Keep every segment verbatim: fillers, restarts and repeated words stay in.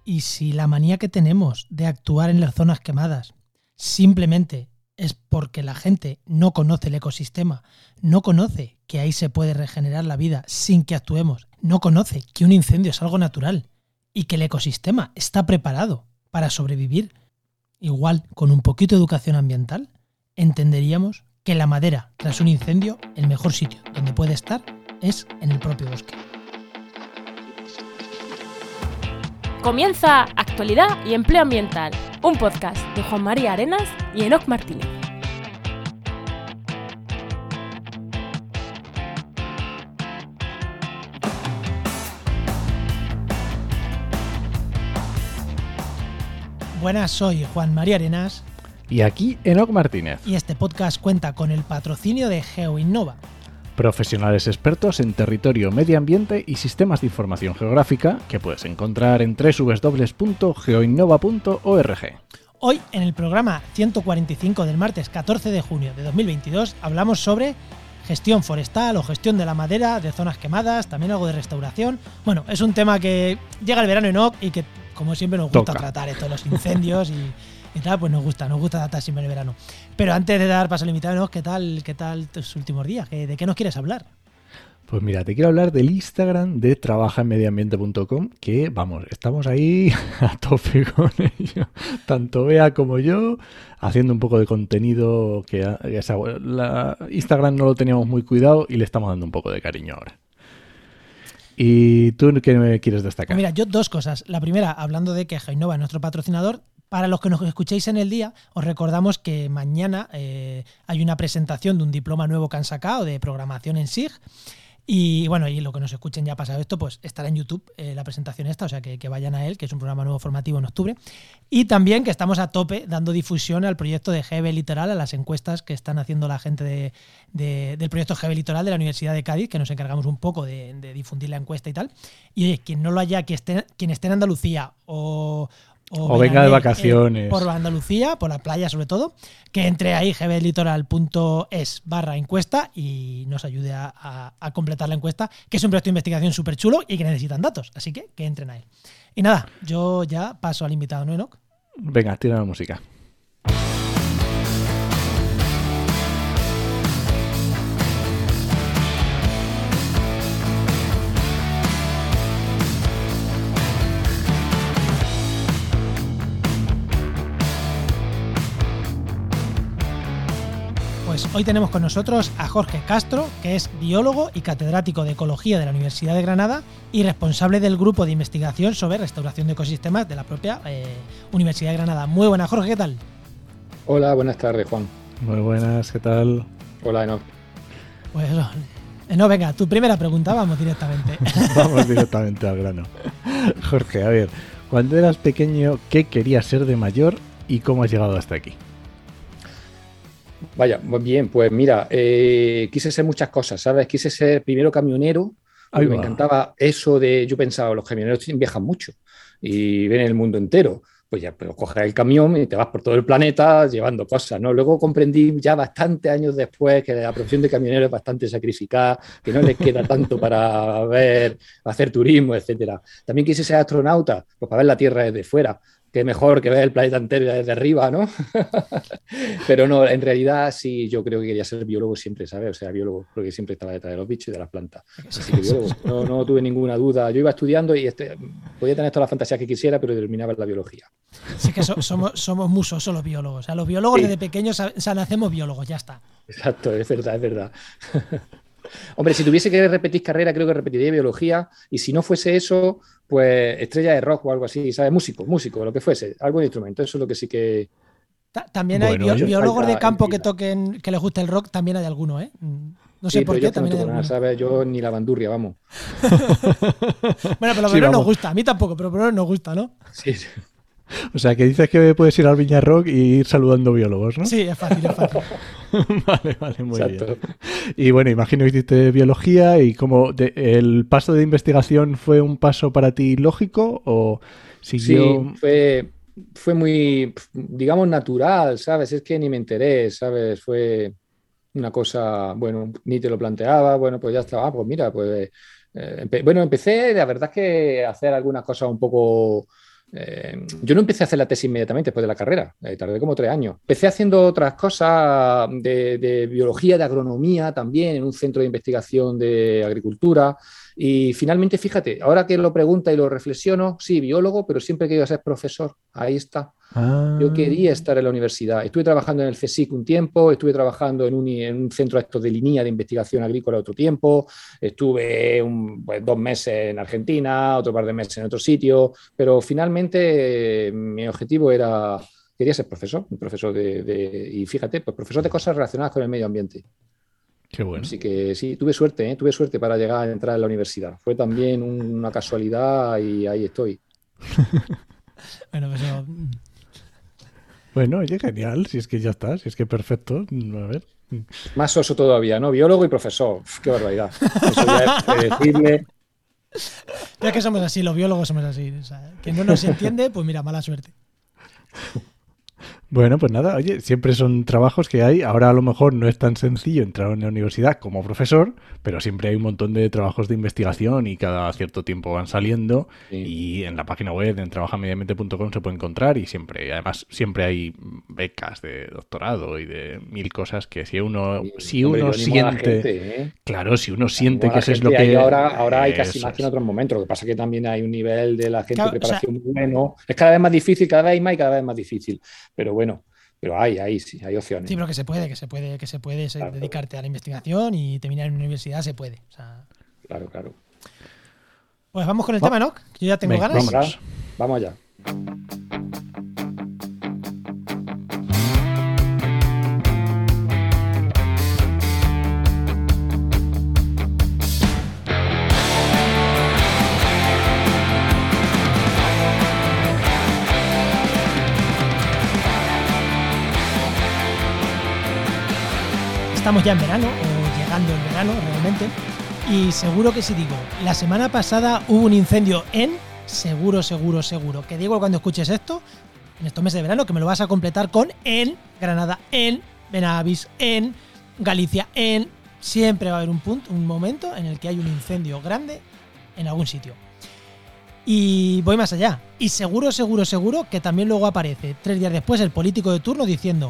y si la manía que tenemos de actuar en las zonas quemadas simplemente es porque la gente no conoce el ecosistema, no conoce que ahí se puede regenerar la vida sin que actuemos, no conoce que un incendio es algo natural y que el ecosistema está preparado para sobrevivir, igual con un poquito de educación ambiental, entenderíamos que la madera tras un incendio, el mejor sitio donde puede estar es en el propio bosque. Comienza Actualidad y Empleo Ambiental, un podcast de Juan María Arenas y Enoc Martínez. Buenas, soy Juan María Arenas. Y aquí Enoc Martínez. Y este podcast cuenta con el patrocinio de GeoInnova. Profesionales expertos en territorio, medio ambiente y sistemas de información geográfica que puedes encontrar en doble u doble u doble u punto geoinnova punto org. Hoy, en el programa ciento cuarenta y cinco del martes catorce de junio de dos mil veintidós, hablamos sobre gestión forestal o gestión de la madera, de zonas quemadas, también algo de restauración. Bueno, es un tema que llega el verano Enoc y que, como siempre, nos gusta Toca. tratar esto, los incendios y... y tal, pues nos gusta, nos gusta tratar siempre el verano. Pero antes de dar paso al invitado, ¿qué tal, qué tal tus últimos días? ¿De qué nos quieres hablar? Pues mira, te quiero hablar del Instagram de trabaja en medio ambiente punto com, que vamos, estamos ahí a tope con ello, tanto Bea como yo, haciendo un poco de contenido que, que esa, la Instagram no lo teníamos muy cuidado y le estamos dando un poco de cariño ahora. ¿Y tú qué me quieres destacar? Pues mira, yo dos cosas. La primera, hablando de que GeoInnova es nuestro patrocinador. Para los que nos escuchéis en el día, os recordamos que mañana eh, hay una presentación de un diploma nuevo que han sacado de programación en S I G. Y bueno, y lo que nos escuchen ya ha pasado esto, pues estará en YouTube eh, la presentación esta, o sea que, que vayan a él, que es un programa nuevo formativo en octubre. Y también que estamos a tope dando difusión al proyecto de G B Litoral, a las encuestas que están haciendo la gente de, de, del proyecto G B Litoral de la Universidad de Cádiz, que nos encargamos un poco de, de difundir la encuesta y tal. Y oye, quien no lo haya, quien esté, quien esté en Andalucía o... O, o venga de vacaciones. Eh, por Andalucía, por la playa sobre todo, que entre ahí gbelitoral punto es barra encuesta y nos ayude a, a, a completar la encuesta, que es un proyecto de investigación súper chulo y que necesitan datos, así que que entren a él. Y nada, yo ya paso al invitado, ¿no, Enoc? Venga, tira la música. Hoy tenemos con nosotros a Jorge Castro, que es biólogo y catedrático de Ecología de la Universidad de Granada y responsable del grupo de investigación sobre restauración de ecosistemas de la propia eh, Universidad de Granada. Muy buenas, Jorge, ¿qué tal? Hola, buenas tardes, Juan. Muy buenas, ¿qué tal? Hola, Enoc. Pues no, venga, tu primera pregunta, vamos directamente. Vamos directamente al grano. Jorge, a ver, cuando eras pequeño, ¿qué querías ser de mayor y cómo has llegado hasta aquí? Vaya, bien, pues mira, eh, quise ser muchas cosas, ¿sabes? Quise ser primero camionero, porque me encantaba eso de, yo pensaba, los camioneros viajan mucho y ven el mundo entero. Pues ya, pero coges el camión y te vas por todo el planeta llevando cosas, ¿no? Luego comprendí ya bastantes años después que la profesión de camionero es bastante sacrificada, que no les queda tanto para ver, hacer turismo, etcétera. También quise ser astronauta, pues para ver la Tierra desde fuera. Qué mejor que ver el planeta entero desde arriba, ¿no? Pero no, en realidad sí, yo creo que quería ser biólogo siempre, ¿sabes? O sea, biólogo, porque siempre estaba detrás de los bichos y de las plantas. Así que biólogo, no, no tuve ninguna duda. Yo iba estudiando y este, podía tener todas las fantasías que quisiera, pero terminaba en la biología. Sí que so, somos, somos musos, los biólogos. O sea, los biólogos sí. Desde pequeños o sea, nacemos biólogos, ya está. Exacto, es verdad, es verdad. Hombre, si tuviese que repetir carrera, creo que repetiría biología, y si no fuese eso, pues estrella de rock o algo así, ¿sabes? Músico, músico, lo que fuese, algún instrumento, eso es lo que sí que... También hay bueno, biólogos de campo que toquen, que les guste el rock, también hay alguno, ¿eh? No sé sí, por qué, también no hay alguno. Nada, ¿sabes? Yo ni la bandurria, vamos. Bueno, pero lo menos sí, nos gusta, a mí tampoco, pero por lo menos nos gusta, ¿no? Sí, sí. O sea, que dices que puedes ir al Viña Rock y ir saludando biólogos, ¿no? Sí, es fácil, es fácil. Vale, vale, muy Exacto. bien. Y bueno, imagino que hiciste biología y como de, el paso de investigación fue un paso para ti lógico o siguió... Sí, fue, fue muy, digamos, natural, ¿sabes? Es que ni me enteré, ¿sabes? Fue una cosa, bueno, ni te lo planteaba, bueno, pues ya estaba, ah, pues mira, pues... Eh, empe- bueno, empecé, la verdad es que a hacer algunas cosas un poco... Eh, yo no empecé a hacer la tesis inmediatamente después de la carrera, eh, tardé como tres años. Empecé haciendo otras cosas de, de biología, de agronomía también, en un centro de investigación de agricultura. Y finalmente, fíjate, ahora que lo pregunta y lo reflexiono, sí, biólogo, pero siempre he querido ser profesor. Ahí está. Ah. Yo quería estar en la universidad. Estuve trabajando en el CSIC un tiempo, estuve trabajando en un, en un centro estos de línea de investigación agrícola otro tiempo, estuve un, pues, dos meses en Argentina, otro par de meses en otro sitio, pero finalmente eh, mi objetivo era, quería ser profesor, un profesor de, de, y fíjate, pues profesor de cosas relacionadas con el medio ambiente. Qué bueno. Así que sí, tuve suerte, ¿eh? tuve suerte para llegar a entrar en la universidad. Fue también una casualidad y ahí estoy. Bueno, pues yo... Bueno, oye, genial, si es que ya está, si es que perfecto. A ver. Más soso todavía, ¿no? Biólogo y profesor. Uf, qué barbaridad. Eso ya es predecible. Pero es que somos así, los biólogos somos así. O sea, que no nos entiende, pues mira, mala suerte. Bueno, pues nada, oye, siempre son trabajos que hay. Ahora a lo mejor no es tan sencillo entrar en la universidad como profesor, pero siempre hay un montón de trabajos de investigación y cada cierto tiempo van saliendo. Sí. Y en la página web, en trabaja media ambiente punto com, se puede encontrar y siempre, además, siempre hay becas de doctorado y de mil cosas que si uno, sí, si hombre, uno siente, gente, ¿eh? Claro, si uno siente que eso es lo que... Ahora, ahora hay casi más que en otros momentos. Lo que pasa es que también hay un nivel de la gente claro, de preparación o sea, muy bueno. Es cada vez más difícil, cada vez hay más y cada vez más difícil. Pero bueno, pero hay, hay, sí, hay opciones. Sí, pero que se puede, que se puede, que se puede claro. dedicarte a la investigación y terminar en una universidad, se puede. O sea... Claro, claro. Pues vamos con el Va. tema, ¿no? Que yo ya tengo Venga, ganas. Vamos, vamos allá. Estamos ya en verano, o llegando en verano realmente, y seguro que si digo, la semana pasada hubo un incendio en, seguro, seguro, seguro, que digo cuando escuches esto, en estos meses de verano, que me lo vas a completar con en Granada, en Benavís, en Galicia, en, siempre va a haber un punto, un momento en el que hay un incendio grande en algún sitio. Y voy más allá, y seguro, seguro, seguro que también luego aparece, tres días después, el político de turno diciendo: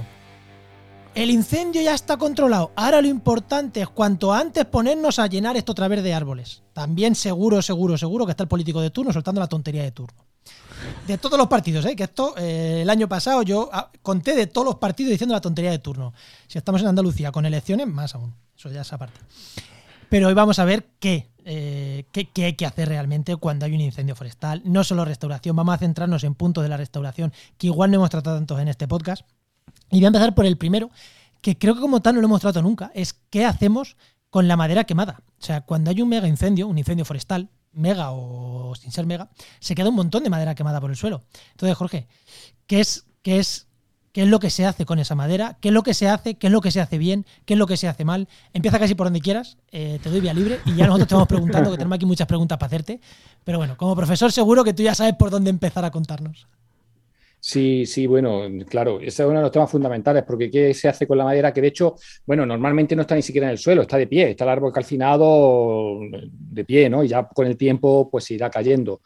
el incendio ya está controlado. Ahora lo importante es cuanto antes ponernos a llenar esto otra vez de árboles. También seguro, seguro, seguro que está el político de turno soltando la tontería de turno. De todos los partidos, ¿eh? Que esto, eh, el año pasado yo ah, conté de todos los partidos diciendo la tontería de turno. Si estamos en Andalucía con elecciones, más aún. Eso ya es aparte. Pero hoy vamos a ver qué, eh, qué, qué hay que hacer realmente cuando hay un incendio forestal. No solo restauración, vamos a centrarnos en puntos de la restauración que igual no hemos tratado tantos en este podcast. Y voy a empezar por el primero, que creo que como tal no lo hemos tratado nunca, es qué hacemos con la madera quemada. O sea, cuando hay un mega incendio, un incendio forestal, mega o sin ser mega, se queda un montón de madera quemada por el suelo. Entonces, Jorge, ¿qué es, qué es, qué es lo que se hace con esa madera? ¿Qué es lo que se hace? ¿Qué es lo que se hace bien? ¿Qué es lo que se hace mal? Empieza casi por donde quieras, eh, te doy vía libre y ya nosotros te vamos preguntando, que tenemos aquí muchas preguntas para hacerte. Pero bueno, como profesor seguro que tú ya sabes por dónde empezar a contarnos. Sí, sí, bueno, claro, ese es uno de los temas fundamentales, porque ¿qué se hace con la madera? Que de hecho, bueno, normalmente no está ni siquiera en el suelo, está de pie, está el árbol calcinado de pie, ¿no? Y ya con el tiempo pues irá cayendo.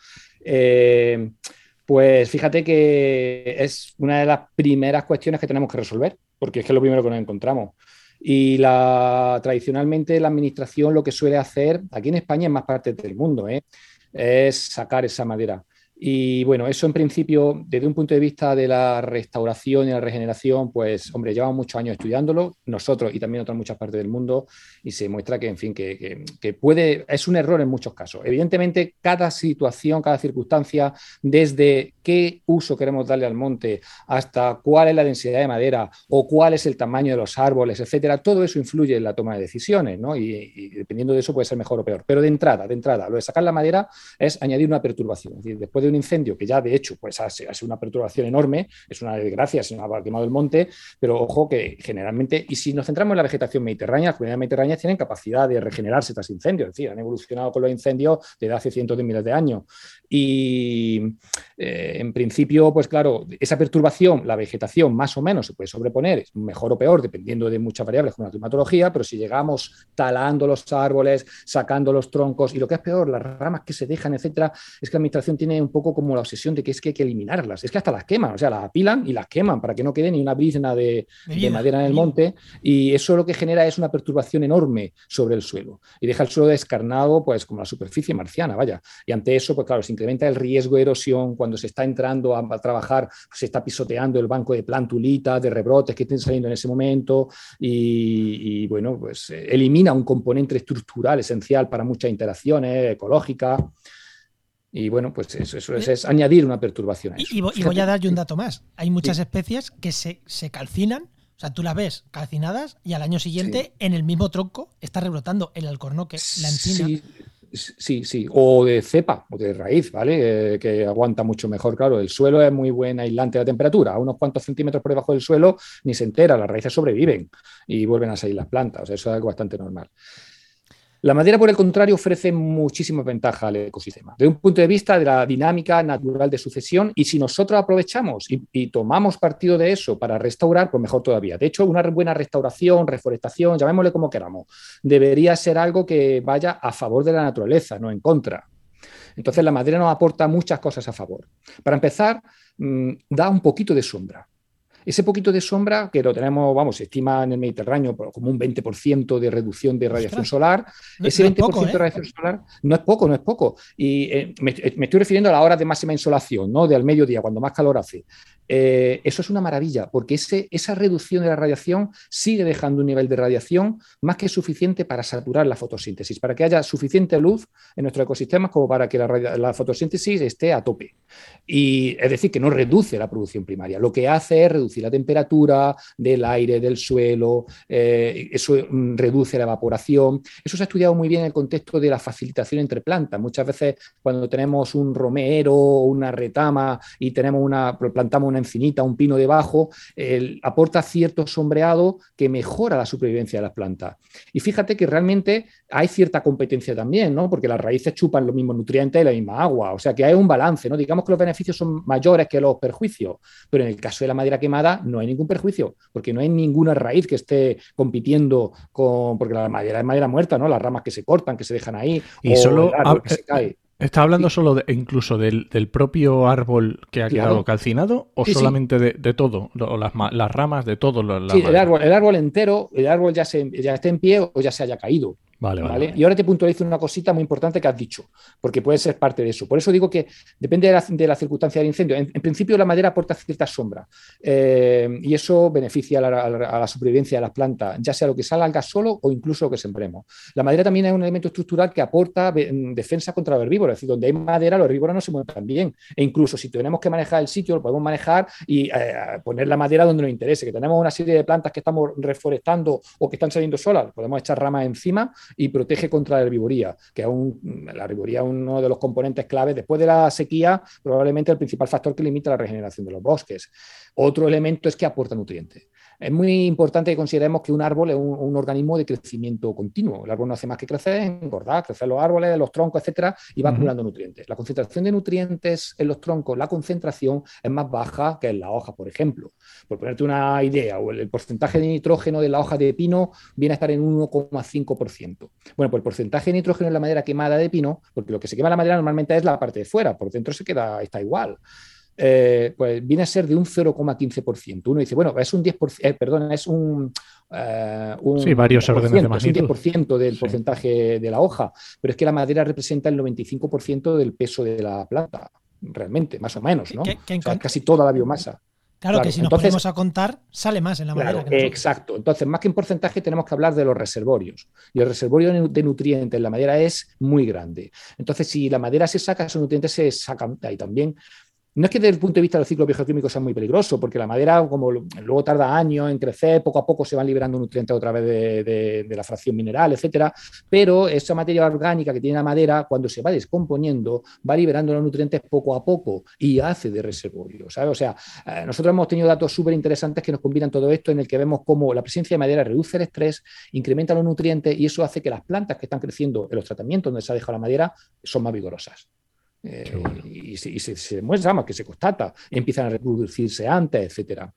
Eh, pues fíjate que es una de las primeras cuestiones que tenemos que resolver, porque es que es lo primero que nos encontramos. Y la, tradicionalmente la administración lo que suele hacer, aquí en España y en más partes del mundo, ¿eh? es sacar esa madera. Y bueno, eso en principio, desde un punto de vista de la restauración y la regeneración, pues hombre, llevamos muchos años estudiándolo, nosotros y también otras muchas partes del mundo, y se muestra que, en fin, que, que, que puede, es un error en muchos casos. Evidentemente, cada situación, cada circunstancia, desde qué uso queremos darle al monte, hasta cuál es la densidad de madera o cuál es el tamaño de los árboles, etcétera, todo eso influye en la toma de decisiones, ¿no? Y, y dependiendo de eso puede ser mejor o peor. Pero de entrada, de entrada, lo de sacar la madera es añadir una perturbación. Es decir, después de un incendio que ya de hecho pues ha sido una perturbación enorme, es una desgracia, se nos ha quemado el monte, pero ojo que generalmente, y si nos centramos en la vegetación mediterránea, las comunidades mediterráneas tienen capacidad de regenerarse tras incendios, es decir, han evolucionado con los incendios desde hace cientos de miles de años. Y eh, Eh, en principio, pues claro, esa perturbación, la vegetación más o menos se puede sobreponer, mejor o peor, dependiendo de muchas variables como la climatología, pero si llegamos talando los árboles, sacando los troncos y lo que es peor, las ramas que se dejan, etcétera, es que la administración tiene un poco como la obsesión de que es que hay que eliminarlas. Es que hasta las queman, o sea, las apilan y las queman para que no quede ni una brizna de, de madera en el monte, y eso lo que genera es una perturbación enorme sobre el suelo y deja el suelo descarnado, pues como la superficie marciana, vaya. Y ante eso, pues claro, se incrementa el riesgo de erosión cuando se está entrando a, a trabajar, pues se está pisoteando el banco de plantulitas, de rebrotes que estén saliendo en ese momento y, y bueno, pues eh, elimina un componente estructural esencial para muchas interacciones ecológicas. Y bueno, pues eso, eso es, es añadir una perturbación a eso. Y, y, y voy a darle un dato más. Hay muchas sí. especies que se, se calcinan, o sea, tú las ves calcinadas y al año siguiente sí. en el mismo tronco está rebrotando el alcornoque, la encina. Sí. Sí, sí, o de cepa o de raíz, ¿vale? Eh, que aguanta mucho mejor, claro. El suelo es muy buen aislante de la temperatura. A unos cuantos centímetros por debajo del suelo ni se entera, las raíces sobreviven y vuelven a salir las plantas. O sea, eso es algo bastante normal. La madera, por el contrario, ofrece muchísimas ventajas al ecosistema, desde un punto de vista de la dinámica natural de sucesión, y si nosotros aprovechamos y, y tomamos partido de eso para restaurar, pues mejor todavía. De hecho, una buena restauración, reforestación, llamémosle como queramos, debería ser algo que vaya a favor de la naturaleza, no en contra. Entonces, la madera nos aporta muchas cosas a favor. Para empezar, mmm, da un poquito de sombra. Ese poquito de sombra, que lo tenemos, vamos, se estima en el Mediterráneo como un veinte por ciento de reducción de radiación solar. No, ese no veinte por ciento poco, ¿eh? de radiación solar no es poco, no es poco. Y eh, me, me estoy refiriendo a las horas de máxima insolación, ¿no? De al mediodía, cuando más calor hace. Eh, eso es una maravilla, porque ese, esa reducción de la radiación sigue dejando un nivel de radiación más que suficiente para saturar la fotosíntesis, para que haya suficiente luz en nuestros ecosistemas como para que la, la fotosíntesis esté a tope. Y es decir, que no reduce la producción primaria, lo que hace es reducir la temperatura del aire, del suelo, eh, eso mm, reduce la evaporación. Eso se ha estudiado muy bien en el contexto de la facilitación entre plantas. Muchas veces cuando tenemos un romero o una retama y tenemos una, plantamos una encinita, un pino debajo, eh, aporta cierto sombreado que mejora la supervivencia de las plantas. Y fíjate que realmente hay cierta competencia también, ¿no? Porque las raíces chupan los mismos nutrientes y la misma agua. O sea que hay un balance, ¿no? Digamos que los beneficios son mayores que los perjuicios, pero en el caso de la madera quemada no hay ningún perjuicio, porque no hay ninguna raíz que esté compitiendo con, porque la madera es madera muerta, ¿no? Las ramas que se cortan, que se dejan ahí, y o solo el árbol que se cae. ¿Está hablando sí. solo de, incluso del, del propio árbol que ha Claro. quedado calcinado o sí, solamente sí. de, de todo? O las, las ramas de todo. La sí, el árbol, el árbol entero, el árbol ya, se, ya esté en pie o ya se haya caído. Vale, vale, ¿vale? vale. Y ahora te puntualizo una cosita muy importante que has dicho, porque puede ser parte de eso. Por eso digo que depende de la, de la circunstancia del incendio. En, en principio, la madera aporta cierta sombra eh, y eso beneficia a la, a la supervivencia de las plantas, ya sea lo que salga solo o incluso lo que sembremos. La madera también es un elemento estructural que aporta defensa contra los herbívoros, es decir, donde hay madera, los herbívoros no se mueven tan bien. E incluso si tenemos que manejar el sitio, lo podemos manejar y eh, poner la madera donde nos interese. Que tenemos una serie de plantas que estamos reforestando o que están saliendo solas, podemos echar ramas encima y protege contra la herbivoría, que es un, la herbivoría es uno de los componentes claves. Después de la sequía, probablemente el principal factor que limita la regeneración de los bosques. Otro elemento es que aporta nutrientes. Es muy importante que consideremos que un árbol es un, un organismo de crecimiento continuo. El árbol no hace más que crecer, engordar, crecer los árboles, los troncos, etcétera, y va uh-huh. acumulando nutrientes. La concentración de nutrientes en los troncos, la concentración es más baja que en las hojas, por ejemplo. Por ponerte una idea, el porcentaje de nitrógeno de la hoja de pino viene a estar en uno coma cinco por ciento. Bueno, pues el porcentaje de nitrógeno en la madera quemada de pino, porque lo que se quema la madera normalmente es la parte de fuera, por dentro se queda, está igual. Eh, pues viene a ser de un cero coma quince por ciento. Uno dice, bueno, es un diez por ciento, eh, perdón, es un, eh, un sí, varios órdenes de magnitud. Es un diez por ciento del sí. porcentaje de la hoja, pero es que la madera representa el noventa y cinco por ciento del peso de la planta, realmente, más o menos, ¿no? ¿Qué, qué o sea, casi toda la biomasa. Claro, claro, que si nos Entonces, ponemos a contar, sale más en la claro, madera. Que exacto. Entonces, más que en porcentaje, tenemos que hablar de los reservorios. Y el reservorio de nutrientes en la madera es muy grande. Entonces, si la madera se saca, esos nutrientes se sacan de ahí también. No es que desde el punto de vista del ciclo biogeoquímico sea muy peligroso, porque la madera, como luego tarda años en crecer, poco a poco se van liberando nutrientes a través de, de, de la fracción mineral, etcétera. Pero esa materia orgánica que tiene la madera, cuando se va descomponiendo, va liberando los nutrientes poco a poco y hace de reservorio, ¿sabes? O sea, eh, nosotros hemos tenido datos súper interesantes que nos combinan todo esto, en el que vemos cómo la presencia de madera reduce el estrés, incrementa los nutrientes y eso hace que las plantas que están creciendo en los tratamientos donde se ha dejado la madera son más vigorosas. Eh, bueno. Y, y, se, se demuestra, que se constata, empiezan a reproducirse antes, etcétera.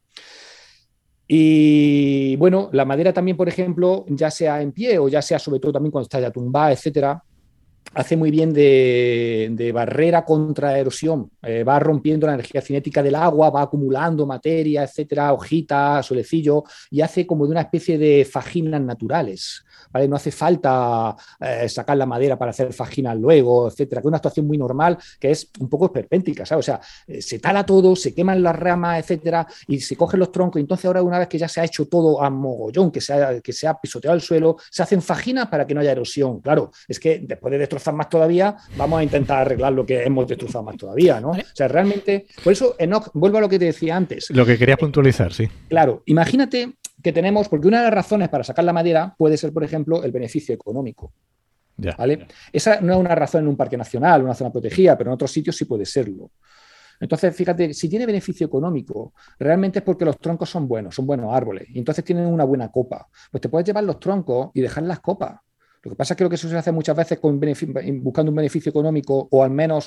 Y bueno, la madera también, por ejemplo, ya sea en pie o ya sea sobre todo también cuando está ya tumbada, etcétera, hace muy bien de, de barrera contra erosión. Eh, va rompiendo la energía cinética del agua, va acumulando materia, etcétera, hojitas, solecillo, y hace como de una especie de fajinas naturales. ¿Vale? No hace falta eh, sacar la madera para hacer fajinas luego, etcétera, que es una situación muy normal, que es un poco esperpéntica, ¿sabes? O sea, eh, se tala todo, se queman las ramas, etcétera, y se cogen los troncos, y entonces ahora una vez que ya se ha hecho todo a mogollón, que se ha, que se ha pisoteado el suelo, se hacen fajinas para que no haya erosión. Claro, es que después de destrozar más todavía, vamos a intentar arreglar lo que hemos destrozado más todavía, ¿no? O sea, realmente, por eso, Enoch, vuelvo a lo que te decía antes. Lo que quería puntualizar, sí. Claro, imagínate que tenemos, porque una de las razones para sacar la madera puede ser, por ejemplo, el beneficio económico. Ya, ¿vale? Ya. Esa no es una razón en un parque nacional, una zona protegida, pero en otros sitios sí puede serlo. Entonces, fíjate, si tiene beneficio económico, realmente es porque los troncos son buenos, son buenos árboles, y entonces tienen una buena copa. Pues te puedes llevar los troncos y dejar las copas. Lo que pasa es que lo que se suele hacer muchas veces con buscando un beneficio económico o al menos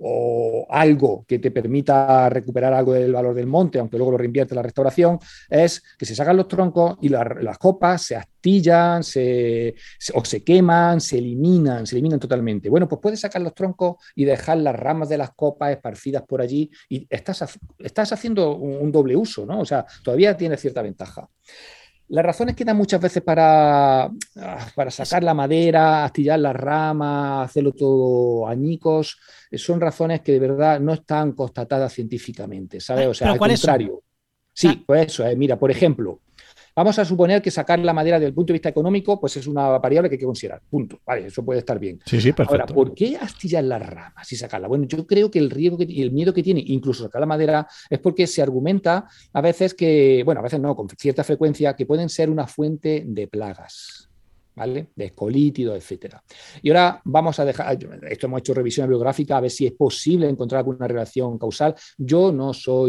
o algo que te permita recuperar algo del valor del monte, aunque luego lo reinvierte en la restauración, es que se sacan los troncos y la, las copas se astillan se, se, o se queman, se eliminan, se eliminan totalmente. Bueno, pues puedes sacar los troncos y dejar las ramas de las copas esparcidas por allí y estás, estás haciendo un, un doble uso, ¿no? O sea, todavía tiene cierta ventaja. Las razones que dan muchas veces para, para sacar la madera, astillar las ramas, hacerlo todo añicos, son razones que de verdad no están constatadas científicamente, ¿sabes? O sea, al contrario. Sí, pues eso es. Mira, por ejemplo, vamos a suponer que sacar la madera desde el punto de vista económico, pues es una variable que hay que considerar. Punto. Vale, eso puede estar bien. Sí, sí, perfecto. Ahora, ¿por qué astillar las ramas y sacarla? Bueno, yo creo que el riesgo y el miedo que tiene incluso sacar la madera es porque se argumenta a veces que, bueno, a veces no, con cierta frecuencia, que pueden ser una fuente de plagas. ¿Vale? De escolítidos, etcétera. Y ahora vamos a dejar, esto hemos hecho revisión bibliográfica a ver si es posible encontrar alguna relación causal. Yo no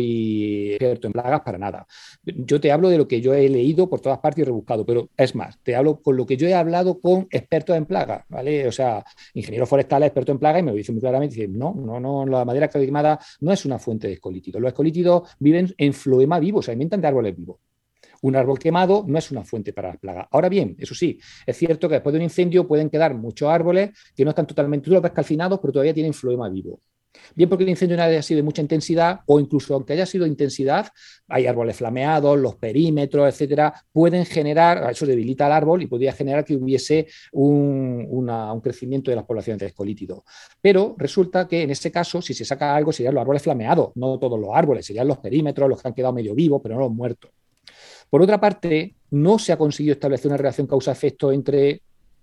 soy experto en plagas para nada. Yo te hablo de lo que yo he leído por todas partes y rebuscado, pero es más, te hablo con lo que yo he hablado con expertos en plagas, ¿vale? O sea, ingenieros forestales, expertos en plagas, y me lo dicen muy claramente, dicen, no, no, no, la madera quemada no es una fuente de escolítidos. Los escolítidos viven en floema vivo, se alimentan de árboles vivos. Un árbol quemado no es una fuente para las plagas. Ahora bien, eso sí, es cierto que después de un incendio pueden quedar muchos árboles que no están totalmente, tú los ves calcinados, pero todavía tienen floema vivo. Bien porque el incendio no haya sido de mucha intensidad o incluso aunque haya sido de intensidad, hay árboles flameados, los perímetros, etcétera, pueden generar, eso debilita al árbol y podría generar que hubiese un, una, un crecimiento de las poblaciones de escolítidos. Pero resulta que en ese caso, si se saca algo, serían los árboles flameados, no todos los árboles, serían los perímetros, los que han quedado medio vivos, pero no los muertos. Por otra parte, no se ha conseguido establecer una relación causa-efecto entre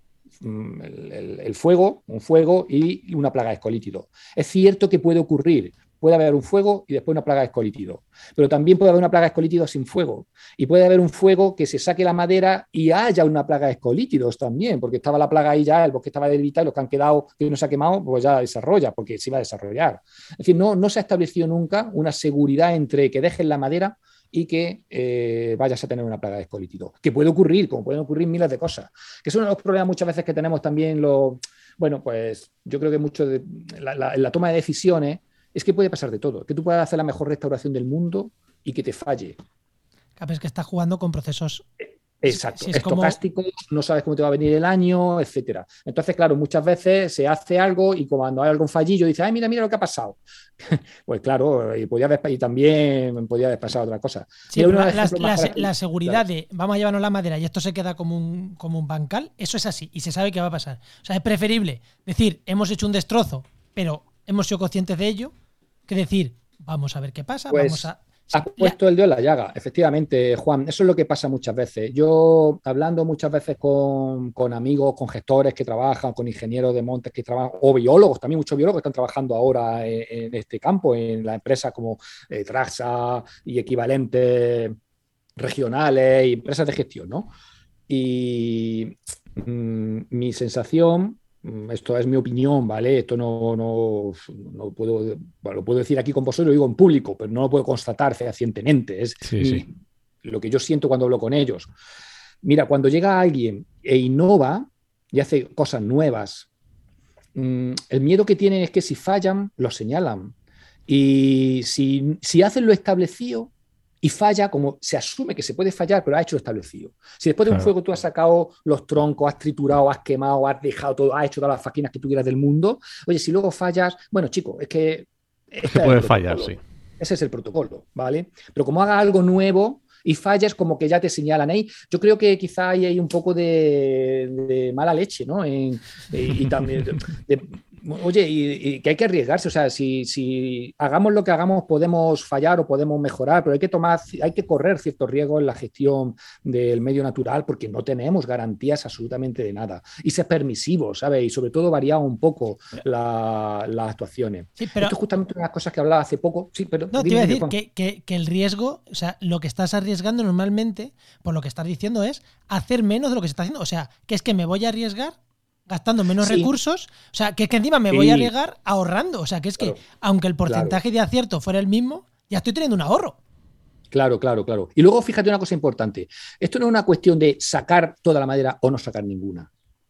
mm, el, el, el fuego, un fuego y una plaga de escolítidos. Es cierto que puede ocurrir, puede haber un fuego y después una plaga de escolítidos, pero también puede haber una plaga de escolítidos sin fuego y puede haber un fuego que se saque la madera y haya una plaga de escolítidos también, porque estaba la plaga ahí ya, el bosque estaba debilitado y los que han quedado, que no se ha quemado, pues ya desarrolla, porque se iba a desarrollar. Es decir, no, no se ha establecido nunca una seguridad entre que dejen la madera y que eh, vayas a tener una plaga de escolítidos, que puede ocurrir, como pueden ocurrir miles de cosas, que son los problemas muchas veces que tenemos también los, bueno, pues yo creo que mucho de la, la, la toma de decisiones es que puede pasar de todo, que tú puedas hacer la mejor restauración del mundo y que te falle. Claro, es que estás jugando con procesos... Exacto, si es estocásticos, como... no sabes cómo te va a venir el año, etcétera. Entonces, claro, muchas veces se hace algo y cuando hay algún fallillo dice, ay, mira, mira lo que ha pasado. Pues claro, y, podía haber, y también podía haber pasado otra cosa. Sí, pero la, la, la, la seguridad claro. de vamos a llevarnos la madera y esto se queda como un, como un bancal, eso es así y se sabe qué va a pasar. O sea, es preferible decir, hemos hecho un destrozo, pero hemos sido conscientes de ello, que decir, vamos a ver qué pasa, pues... vamos a... Has puesto el dedo en la llaga, efectivamente, Juan. Eso es lo que pasa muchas veces. Yo, hablando muchas veces con, con amigos, con gestores que trabajan, con ingenieros de montes que trabajan, o biólogos, también muchos biólogos que están trabajando ahora en, en este campo, en las empresas como eh, Traxa y equivalentes regionales y empresas de gestión, ¿no? Y mmm, mi sensación... Esto es mi opinión, ¿vale? Esto no, no, no puedo, bueno, lo puedo decir aquí con vosotros, lo digo en público, pero no lo puedo constatar fehacientemente. Es sí, mi, sí. lo que yo siento cuando hablo con ellos. Mira, cuando llega alguien e innova y hace cosas nuevas mmm, el miedo que tienen es que si fallan, lo señalan. Y si, si hacen lo establecido y falla, como se asume que se puede fallar, pero ha hecho lo establecido. Si después de un Claro. fuego tú has sacado los troncos, has triturado, has quemado, has dejado todo, has hecho todas las faquinas que tú quieras del mundo, oye, si luego fallas, bueno, chicos, es que... Es que puede fallar, sí. Ese es el protocolo, ¿vale? Pero como haga algo nuevo y fallas, como que ya te señalan ahí. Yo creo que quizá hay, hay un poco de, de mala leche, ¿no? En, y, y también... De, de, Oye, y, y que hay que arriesgarse, o sea, si, si hagamos lo que hagamos podemos fallar o podemos mejorar, pero hay que tomar, hay que correr ciertos riesgos en la gestión del medio natural porque no tenemos garantías absolutamente de nada. Y ser permisivo, ¿sabes? Y sobre todo variar un poco la, las actuaciones. Sí, pero... Esto es justamente una de las cosas que hablaba hace poco. Sí, pero no, te iba a decir que, que, que el riesgo, o sea, lo que estás arriesgando normalmente, por lo que estás diciendo, es hacer menos de lo que se está haciendo. O sea, que es que me voy a arriesgar gastando menos sí. recursos, o sea, que es que encima me sí. voy a arriesgar ahorrando, o sea, que es que claro. aunque el porcentaje claro. de acierto fuera el mismo, ya estoy teniendo un ahorro. Claro, claro, claro. Y luego fíjate una cosa importante, esto no es una cuestión de sacar toda la madera o no sacar ninguna.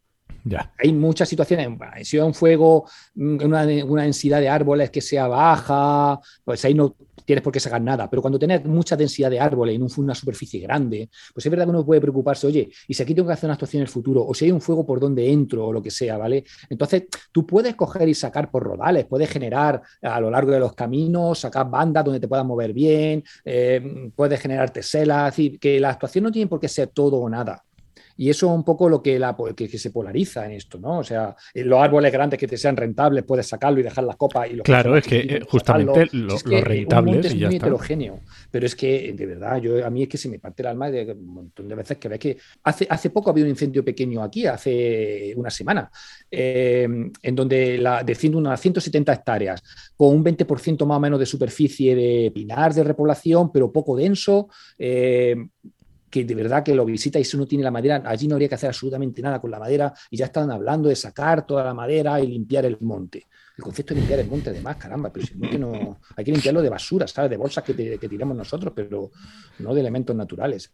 Ya. Hay muchas situaciones, si hay un fuego, una, una densidad de árboles que sea baja, pues ahí no tienes por qué sacar nada, pero cuando tienes mucha densidad de árboles en un, una superficie grande, pues es verdad que uno puede preocuparse, oye, y si aquí tengo que hacer una actuación en el futuro, o si hay un fuego por donde entro, o lo que sea, ¿vale? Entonces, tú puedes coger y sacar por rodales, puedes generar a lo largo de los caminos, sacar bandas donde te puedas mover bien, eh, puedes generar teselas, es decir, que la actuación no tiene por qué ser todo o nada. Y eso es un poco lo que, la, que, que se polariza en esto, ¿no? O sea, los árboles grandes que te sean rentables, puedes sacarlo y dejar las copas. Y los claro, es que eh, justamente lo, si es que lo rentable un monte es y ya muy está. Heterogéneo. Pero es que, de verdad, yo, a mí es que se me parte el alma de un montón de veces que ves que hace, hace poco había un incendio pequeño aquí, hace una semana, eh, en donde la, de unas ciento setenta hectáreas, con un veinte por ciento más o menos de superficie de pinar de repoblación, pero poco denso, eh, que de verdad que lo visita y si uno tiene la madera, allí no habría que hacer absolutamente nada con la madera y ya están hablando de sacar toda la madera y limpiar el monte. El concepto de limpiar el monte, además, caramba, pero si el monte no... Hay que limpiarlo de basura, ¿sabes? De bolsas que, te, que tiramos nosotros, pero no de elementos naturales.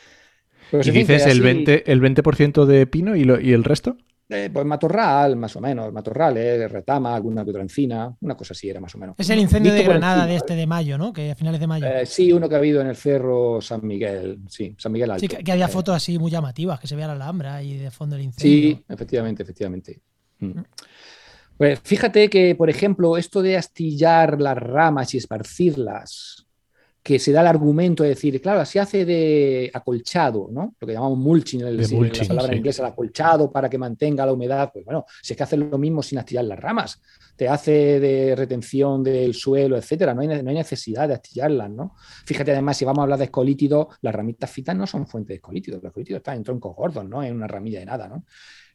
Pero, ¿y dices así, el veinte, el veinte por ciento de pino y, lo, y el resto? Eh, pues matorral, más o menos, matorral, eh, retama, alguna que otra encina, una cosa así era más o menos. Es el incendio de Granada de este de mayo, ¿no? Que a finales de mayo. Eh, sí, uno que ha habido en el Cerro San Miguel, sí, San Miguel Alto. Sí, que, que había eh, fotos así muy llamativas, que se veía la Alhambra y de fondo el incendio. Sí, efectivamente, efectivamente. Mm. Pues fíjate que, por ejemplo, esto de astillar las ramas y esparcirlas, que se da el argumento de decir, claro, se hace de acolchado, ¿no? Lo que llamamos mulching, el, de mulching la palabra sí. en inglés, el acolchado para que mantenga la humedad. Pues bueno, si es que haces lo mismo sin astillar las ramas, te hace de retención del suelo, etcétera. No hay, no hay necesidad de astillarlas, ¿no? Fíjate, además, si vamos a hablar de escolítidos, las ramitas fitas no son fuente de escolítidos. Los escolítidos están en troncos gordos, ¿no? En una ramilla de nada, ¿no?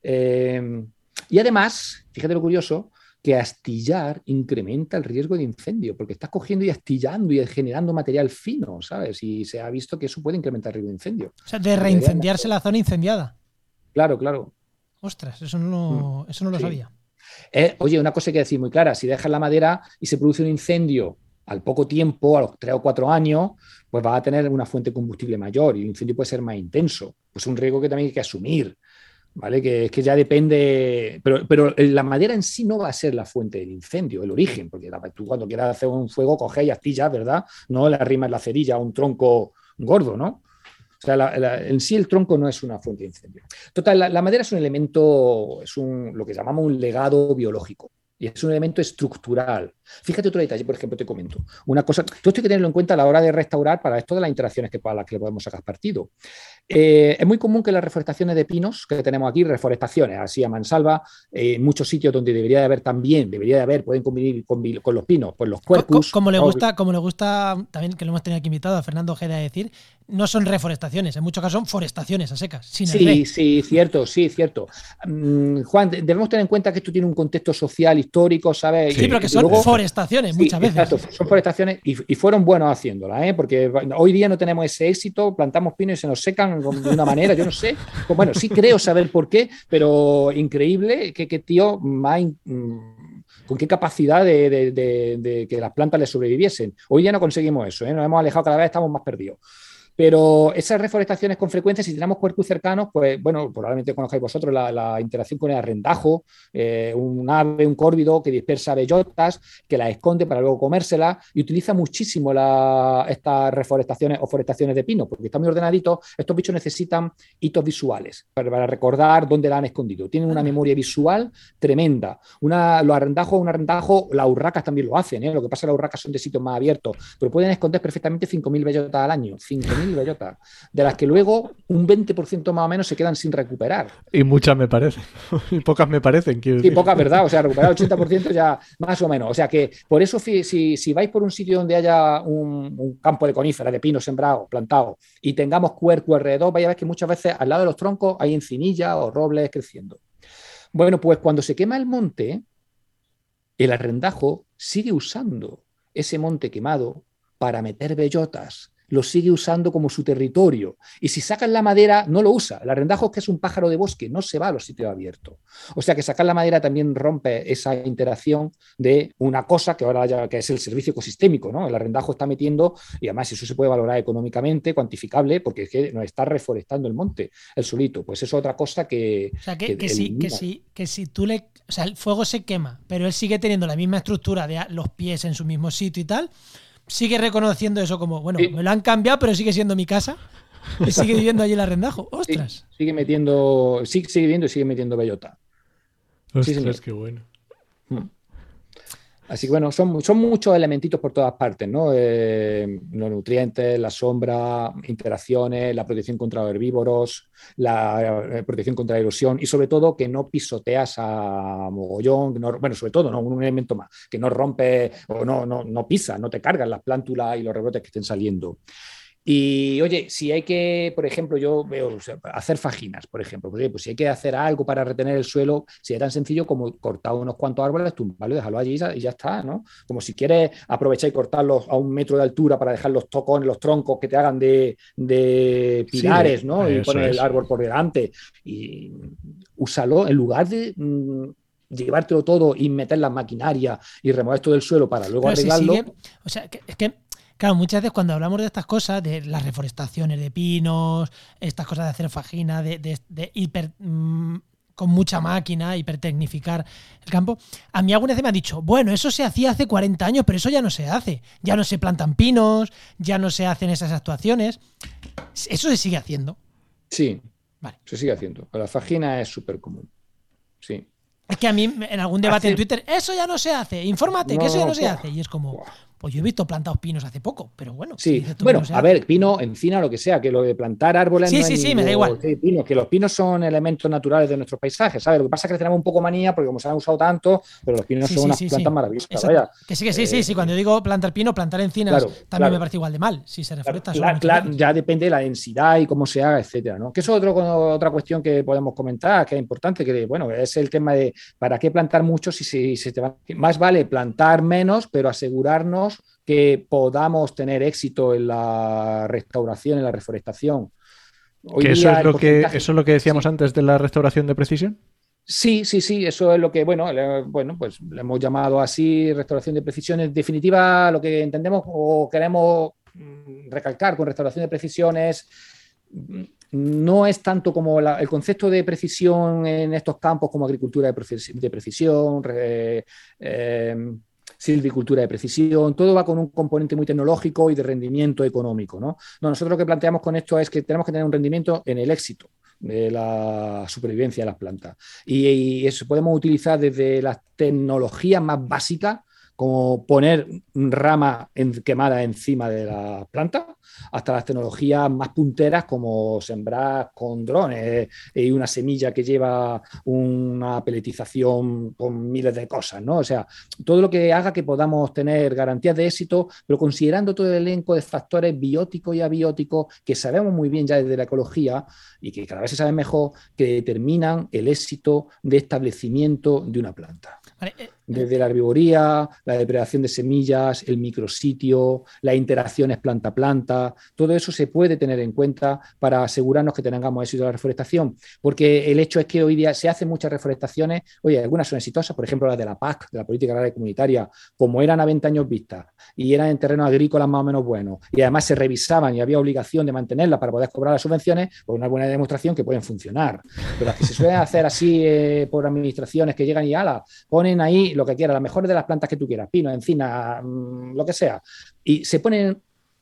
Eh, y además, fíjate lo curioso, que astillar incrementa el riesgo de incendio, porque estás cogiendo y astillando y generando material fino, ¿sabes? Y se ha visto que eso puede incrementar el riesgo de incendio. O sea, de reincendiarse la zona incendiada. Claro, claro. Ostras, eso no lo, eso no lo sí. sabía. Eh, oye, una cosa hay que decir muy clara, si dejas la madera y se produce un incendio al poco tiempo, a los tres o cuatro años, pues vas a tener una fuente de combustible mayor y el incendio puede ser más intenso. Pues es un riesgo que también hay que asumir. ¿Vale? Que es que ya depende, pero, pero la madera en sí no va a ser la fuente del incendio, el origen, porque la, tú cuando quieras hacer un fuego coges y astillas, ¿verdad? No le arrimas la cerilla a un tronco gordo, ¿no? O sea, la, la, en sí el tronco no es una fuente de incendio. Total, la, la madera es un elemento, es un, lo que llamamos un legado biológico. Y es un elemento estructural. Fíjate otro detalle, por ejemplo, te comento. Una cosa, todo esto hay que tenerlo en cuenta a la hora de restaurar para esto de las interacciones que, para las que le podemos sacar partido. Eh, es muy común que las reforestaciones de pinos que tenemos aquí, reforestaciones así a mansalva, eh, en muchos sitios donde debería de haber también, debería de haber, pueden convivir con, con los pinos, pues los cuerpos. Como, como, le gusta, como le gusta, también que lo hemos tenido aquí invitado a Fernando Ojeda a decir, no son reforestaciones, en muchos casos son forestaciones a secas. Sin sí, el sí, cierto, sí, cierto. Um, Juan, debemos tener en cuenta que esto tiene un contexto social, histórico, ¿sabes? Sí, y, pero que son luego, forestaciones sí, muchas veces. Exacto, son forestaciones y, y fueron buenos haciéndolas, ¿eh? Porque hoy día no tenemos ese éxito, plantamos pinos y se nos secan de una manera, yo no sé. Pues bueno, sí creo saber por qué, pero increíble que, que tío, más, con qué capacidad de, de, de, de que las plantas le sobreviviesen. Hoy ya no conseguimos eso, ¿eh? Nos hemos alejado cada vez, estamos más perdidos. Pero esas reforestaciones con frecuencia, si tenemos cuerpos cercanos, pues bueno, probablemente conozcáis vosotros la, la interacción con el arrendajo, eh, un ave, un córvido que dispersa bellotas, que las esconde para luego comérselas y utiliza muchísimo la, estas reforestaciones o forestaciones de pino, porque está muy ordenadito. Estos bichos necesitan hitos visuales para, para recordar dónde la han escondido. Tienen una memoria visual tremenda. Una, los arrendajos, un arrendajo, las urracas también lo hacen, ¿eh? Lo que pasa es que las urracas son de sitios más abiertos, pero pueden esconder perfectamente cinco mil bellotas al año. cinco mil bellotas, de las que luego un veinte por ciento más o menos se quedan sin recuperar. Y muchas me parecen, y pocas me parecen. Sí, decir. Pocas, ¿verdad? O sea, recuperar el ochenta por ciento ya más o menos. O sea que por eso si, si vais por un sitio donde haya un, un campo de coníferas, de pino sembrado, plantado, y tengamos cuerco alrededor, vais a ver que muchas veces al lado de los troncos hay encinillas o robles creciendo. Bueno, pues cuando se quema el monte, el arrendajo sigue usando ese monte quemado para meter bellotas, lo sigue usando como su territorio. Y si sacan la madera, no lo usa. El arrendajo, que es un pájaro de bosque, no se va a los sitios abiertos. O sea que sacar la madera también rompe esa interacción de una cosa que ahora ya que es el servicio ecosistémico, ¿no? El arrendajo está metiendo, y además eso se puede valorar económicamente, cuantificable, porque es que nos está reforestando el monte, el solito. Pues eso es otra cosa que... O sea, que, que, que, sí, que, sí, que si tú le... O sea, el fuego se quema, pero él sigue teniendo la misma estructura de los pies en su mismo sitio y tal... Sigue reconociendo eso como, bueno, sí. Me lo han cambiado, pero sigue siendo mi casa y sigue viviendo allí el arrendajo. ¡Ostras! Sí, sigue metiendo, sigue, sigue viviendo y sigue metiendo bellota. ¡Ostras, sí, qué bueno! Hmm. Así que bueno, son, son muchos elementitos por todas partes, ¿no? Eh, los nutrientes, la sombra, interacciones, la protección contra los herbívoros, la eh, protección contra la erosión y sobre todo que no pisoteas a mogollón, que no, bueno, sobre todo, ¿no? Un, un elemento más, que no rompe o no, no, no pisa, no te cargan las plántulas y los rebrotes que estén saliendo. Y oye, si hay que, por ejemplo, yo veo o sea, hacer fajinas, por ejemplo, pues, pues si hay que hacer algo para retener el suelo, sería tan sencillo como cortar unos cuantos árboles, tumbarlo y dejarlo allí y ya, y ya está, ¿no? Como si quieres aprovechar y cortarlos a un metro de altura para dejar los tocones, los troncos que te hagan de, de pilares, sí, ¿no? Y poner el árbol por delante y úsalo en lugar de... Mmm, llevártelo todo y meter las maquinarias y remover todo el suelo para luego Pero arreglarlo. Si sigue, o sea, que, es que claro, muchas veces cuando hablamos de estas cosas, de las reforestaciones de pinos, estas cosas de hacer fajina, de, de, de hiper, mmm, con mucha máquina, hipertecnificar el campo, a mí alguna vez me han dicho, bueno, eso se hacía hace cuarenta años, pero eso ya no se hace. Ya no se plantan pinos, ya no se hacen esas actuaciones. Eso se sigue haciendo. Sí, vale. Se sigue haciendo. La fajina es súper común. Sí. Es que a mí en algún debate hace... en Twitter, eso ya no se hace, infórmate, no, que eso ya no se hace. Y es como... Pues yo he visto plantados pinos hace poco, pero bueno. Sí, si bueno, no a ver, pino, encina, lo que sea, que lo de plantar árboles... Sí, no sí, sí, me da igual. Sí, pinos, que los pinos son elementos naturales de nuestros paisajes, ¿sabes? Lo que pasa es que tenemos un poco manía porque como se han usado tanto, pero los pinos sí, son sí, unas sí, plantas sí. maravillosas, vaya. Que sí, que sí, eh, sí, sí, cuando yo digo plantar pino, plantar encinas, claro, también claro. me parece igual de mal, si se reforesta. Claro, claro, ya depende de la densidad y cómo se haga, etcétera, ¿no? Que eso es otro, otra cuestión que podemos comentar, que es importante, que bueno, es el tema de ¿para qué plantar mucho si se si te va? Más vale plantar menos, pero asegurarnos que podamos tener éxito en la restauración, en la reforestación. Hoy que eso, es lo que, ¿Eso es lo que decíamos sí. antes de la restauración de precisión? Sí, sí, sí, eso es lo que, bueno, le, bueno, pues le hemos llamado así, restauración de precisión. En definitiva, lo que entendemos o queremos recalcar con restauración de precisión es no es tanto como la, el concepto de precisión en estos campos como agricultura de, precis, de precisión, eh, eh, silvicultura de precisión, todo va con un componente muy tecnológico y de rendimiento económico, ¿no? No, nosotros lo que planteamos con esto es que tenemos que tener un rendimiento en el éxito de la supervivencia de las plantas. Y, y eso podemos utilizar desde las tecnologías más básicas, como poner rama en, quemada encima de la planta, hasta las tecnologías más punteras como sembrar con drones y una semilla que lleva una peletización con miles de cosas, ¿no? O sea, todo lo que haga que podamos tener garantías de éxito, pero considerando todo el elenco de factores bióticos y abióticos que sabemos muy bien ya desde la ecología y que cada vez se saben mejor, que determinan el éxito de establecimiento de una planta. Vale, eh, Desde la herbivoría, la depredación de semillas, el micrositio, las interacciones planta-planta, todo eso se puede tener en cuenta para asegurarnos que tengamos éxito en la reforestación. Porque el hecho es que hoy día se hacen muchas reforestaciones, oye, algunas son exitosas, por ejemplo, las de la P A C, de la Política Agraria Comunitaria, como eran a veinte años vistas y eran en terrenos agrícolas más o menos buenos, y además se revisaban y había obligación de mantenerlas para poder cobrar las subvenciones, pues una buena demostración que pueden funcionar. Pero las que se suelen hacer así eh, por administraciones que llegan y ala, ponen ahí lo que quieras, las mejores de las plantas que tú quieras, pino, encina, mmm, lo que sea, y se ponen,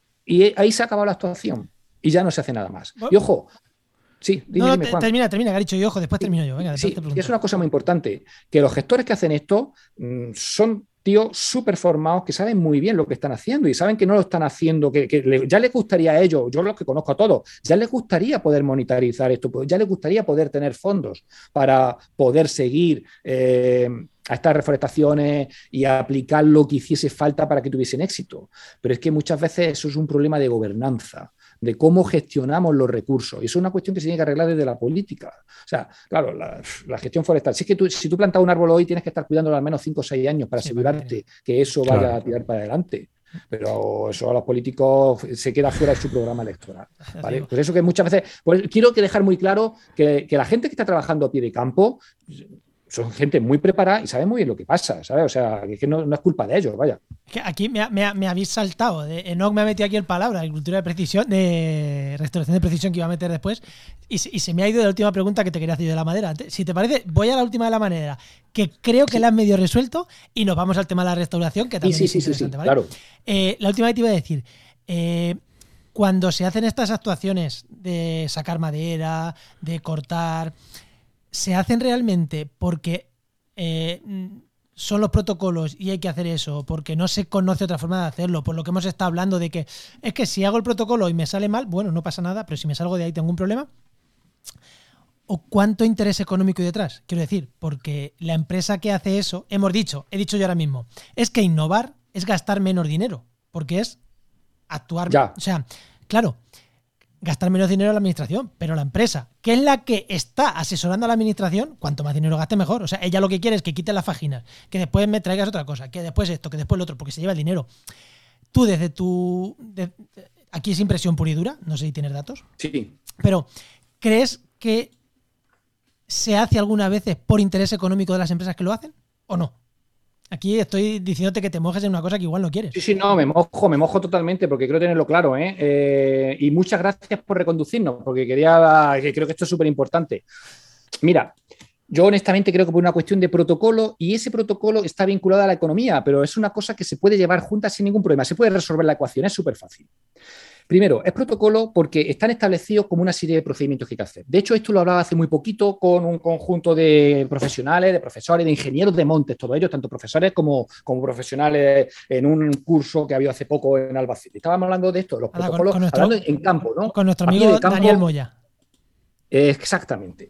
y ahí se ha acabado la actuación y ya no se hace nada más. Y ojo, sí, dime, no, dime, Juan. Termina, termina, Garicho, y ojo, después termino yo. Venga, sí, y es una cosa muy importante, que los gestores que hacen esto mmm, son tíos súper formados que saben muy bien lo que están haciendo y saben que no lo están haciendo, que, que le, ya les gustaría a ellos, yo los que conozco a todos, ya les gustaría poder monitorizar esto, ya les gustaría poder tener fondos para poder seguir eh, a estas reforestaciones y a aplicar lo que hiciese falta para que tuviesen éxito. Pero es que muchas veces eso es un problema de gobernanza, de cómo gestionamos los recursos. Y eso es una cuestión que se tiene que arreglar desde la política. O sea, claro, la, la gestión forestal. Si es que tú, si tú plantas un árbol hoy, tienes que estar cuidándolo al menos cinco o seis años para sí, asegurarte vale. que eso vaya claro. a tirar para adelante. Pero eso a los políticos se queda fuera de su programa electoral. ¿Vale? Por eso que muchas veces... Pues quiero que dejar muy claro que, que la gente que está trabajando a pie de campo... son gente muy preparada y sabe muy bien lo que pasa, ¿sabes? O sea, que no, no es culpa de ellos, vaya. Que aquí me, me, me habéis saltado. De, Enoch me ha metido aquí el palabra, agricultura de precisión, de restauración de precisión que iba a meter después, y, y se me ha ido de la última pregunta que te quería hacer de la madera. Si te parece, voy a la última de la madera, que creo que sí. la has medio resuelto, y nos vamos al tema de la restauración, que también sí, es sí, interesante, sí, sí, ¿vale? Claro. Eh, la última que te iba a decir, eh, cuando se hacen estas actuaciones de sacar madera, de cortar, ¿se hacen realmente porque Eh, son los protocolos y hay que hacer eso porque no se conoce otra forma de hacerlo, por lo que hemos estado hablando de que es que si hago el protocolo y me sale mal, bueno, no pasa nada, pero si me salgo de ahí tengo un problema? ¿O cuánto interés económico hay detrás? Quiero decir, porque la empresa que hace eso, hemos dicho, he dicho yo ahora mismo, es que innovar es gastar menos dinero, porque es actuar, ya. o sea, claro, gastar menos dinero a la administración, pero la empresa, que es la que está asesorando a la administración, cuanto más dinero gaste mejor. O sea, ella lo que quiere es que quite las fajinas, que después me traigas otra cosa, que después esto, que después lo otro, porque se lleva el dinero. Tú desde tu... De, aquí es impresión pura y dura, no sé si tienes datos. Sí. Pero, ¿crees que se hace algunas veces por interés económico de las empresas que lo hacen o no? Aquí estoy diciéndote que te mojes en una cosa que igual no quieres. Sí, sí, no, me mojo, me mojo totalmente porque quiero tenerlo claro, ¿eh? Eh, y muchas gracias por reconducirnos, porque quería, que creo que esto es súper importante. Mira, yo honestamente creo que por una cuestión de protocolo, y ese protocolo está vinculado a la economía, pero es una cosa que se puede llevar juntas sin ningún problema, se puede resolver la ecuación, es súper fácil. Primero, es protocolo porque están establecidos como una serie de procedimientos que hay que hacer. De hecho, esto lo hablaba hace muy poquito con un conjunto de profesionales, de profesores, de ingenieros de montes, todos ellos, tanto profesores como, como profesionales en un curso que ha habido hace poco en Albacete. Estábamos hablando de esto, los Ahora, protocolos, con, con nuestro, hablando en campo, ¿no? Con nuestro amigo campo, Daniel Moya. Eh, exactamente.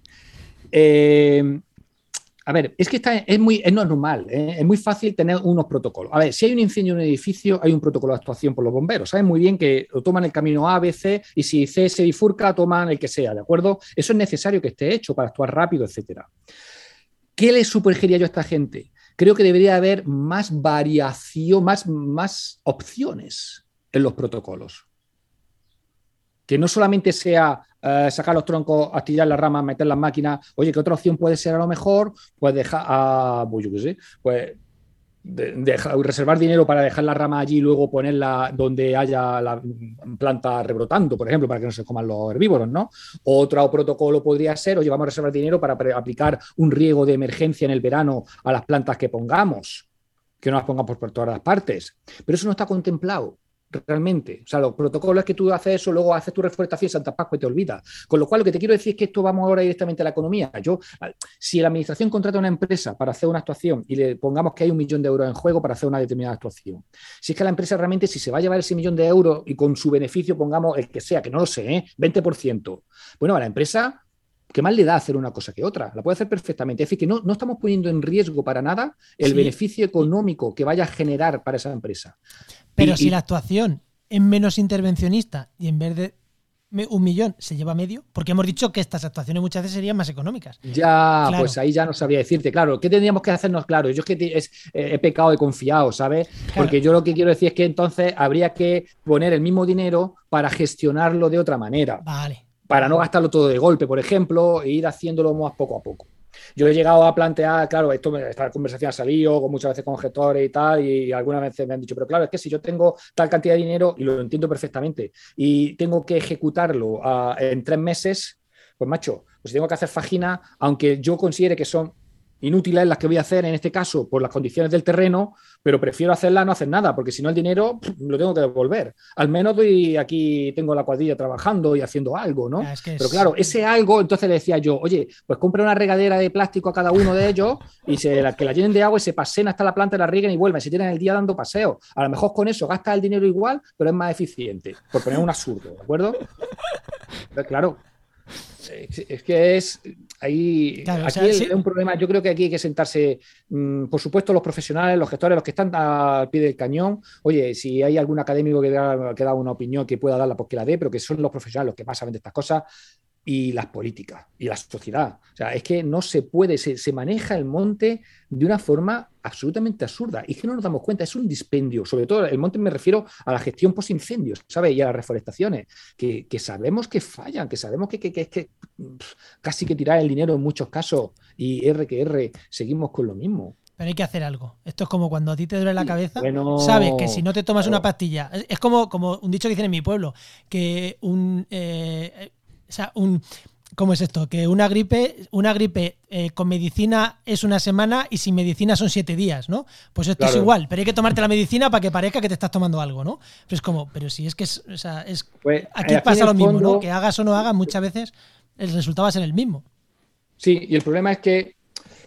Eh, A ver, es que está, es muy es normal, ¿eh? Es muy fácil tener unos protocolos. A ver, si hay un incendio en un edificio, hay un protocolo de actuación por los bomberos. Saben muy bien que lo toman el camino A, B, C, y si C se bifurca, toman el que sea, ¿de acuerdo? Eso es necesario que esté hecho para actuar rápido, etcétera. ¿Qué le sugeriría yo a esta gente? Creo que debería haber más variación, más, más opciones en los protocolos. Que no solamente sea eh, sacar los troncos, astillar las ramas, meter las máquinas. Oye, ¿qué otra opción puede ser a lo mejor? Pues dejar, a, pues yo qué sé, pues de, dejar, reservar dinero para dejar la rama allí y luego ponerla donde haya la planta rebrotando, por ejemplo, para que no se coman los herbívoros, ¿no? Otro protocolo podría ser, oye, vamos a reservar dinero para aplicar un riego de emergencia en el verano a las plantas que pongamos, que no las pongamos por todas las partes. Pero eso no está contemplado realmente. O sea, los protocolos es que tú haces eso, luego haces tu reforestación en Santa Pascua y te olvidas. Con lo cual, lo que te quiero decir es que esto vamos ahora directamente a la economía. Yo, si la administración contrata a una empresa para hacer una actuación y le pongamos que hay un millón de euros en juego para hacer una determinada actuación, si es que la empresa realmente, si se va a llevar ese millón de euros y con su beneficio pongamos el que sea, que no lo sé, ¿eh? veinte por ciento, bueno, a la empresa, ¿qué más le da hacer una cosa que otra? La puede hacer perfectamente. Es decir, que no, no estamos poniendo en riesgo para nada el sí. beneficio económico que vaya a generar para esa empresa. Pero y, si y, la actuación es menos intervencionista y en vez de un millón se lleva medio, porque hemos dicho que estas actuaciones muchas veces serían más económicas. Ya, claro. Pues ahí ya no sabría decirte, claro, ¿qué tendríamos que hacernos claro? Yo es que te, es, eh, he pecado de confiado, ¿sabes? Claro. Porque yo lo que quiero decir es que entonces habría que poner el mismo dinero para gestionarlo de otra manera. Vale. Para no gastarlo todo de golpe, por ejemplo, e ir haciéndolo más poco a poco. Yo he llegado a plantear, claro, esto, esta conversación ha salido muchas veces con gestores y tal, y algunas veces me han dicho, pero claro, es que si yo tengo tal cantidad de dinero, y lo entiendo perfectamente, y tengo que ejecutarlo uh, en tres meses, pues macho, pues si tengo que hacer fajinas, aunque yo considere que son inútiles las que voy a hacer en este caso por las condiciones del terreno, pero prefiero hacerla a no hacer nada, porque si no el dinero pff, lo tengo que devolver. Al menos doy aquí, tengo la cuadrilla trabajando y haciendo algo, ¿no? Es que pero es... claro, ese algo, entonces le decía yo, oye, pues compra una regadera de plástico a cada uno de ellos y se la, que la llenen de agua y se paseen hasta la planta, la rieguen y vuelven, se tienen el día dando paseos. A lo mejor con eso gastas el dinero igual, pero es más eficiente, por poner un absurdo, ¿de acuerdo? Pero claro, es que es ahí claro, aquí o sea, es sí. un problema. Yo creo que aquí hay que sentarse, mmm, por supuesto, los profesionales, los gestores, los que están al pie del cañón. Oye, si hay algún académico que da, que da una opinión que pueda darla, pues que la dé, pero que son los profesionales los que más saben de estas cosas, y las políticas y la sociedad. O sea, es que no se puede, se, se maneja el monte de una forma absolutamente absurda. Y es que no nos damos cuenta, es un dispendio. Sobre todo el monte me refiero a la gestión post-incendios, ¿sabes? Y a las reforestaciones, que, que sabemos que fallan, que sabemos que, que, que, que pff, casi que tirar el dinero en muchos casos y R que R seguimos con lo mismo. Pero hay que hacer algo. Esto es como cuando a ti te duele la cabeza, bueno, sabes que si no te tomas claro. una pastilla, es como, como un dicho que dicen en mi pueblo, que un... Eh, O sea, un, ¿cómo es esto? Que una gripe, una gripe eh, con medicina es una semana y sin medicina son siete días, ¿no? Pues esto claro. es igual, pero hay que tomarte la medicina para que parezca que te estás tomando algo, ¿no? Pero es como, pero si es que es, o sea, es pues, aquí, aquí pasa lo mismo, fondo, ¿no? Que hagas o no hagas, muchas veces el resultado va a ser el mismo. Sí, y el problema es que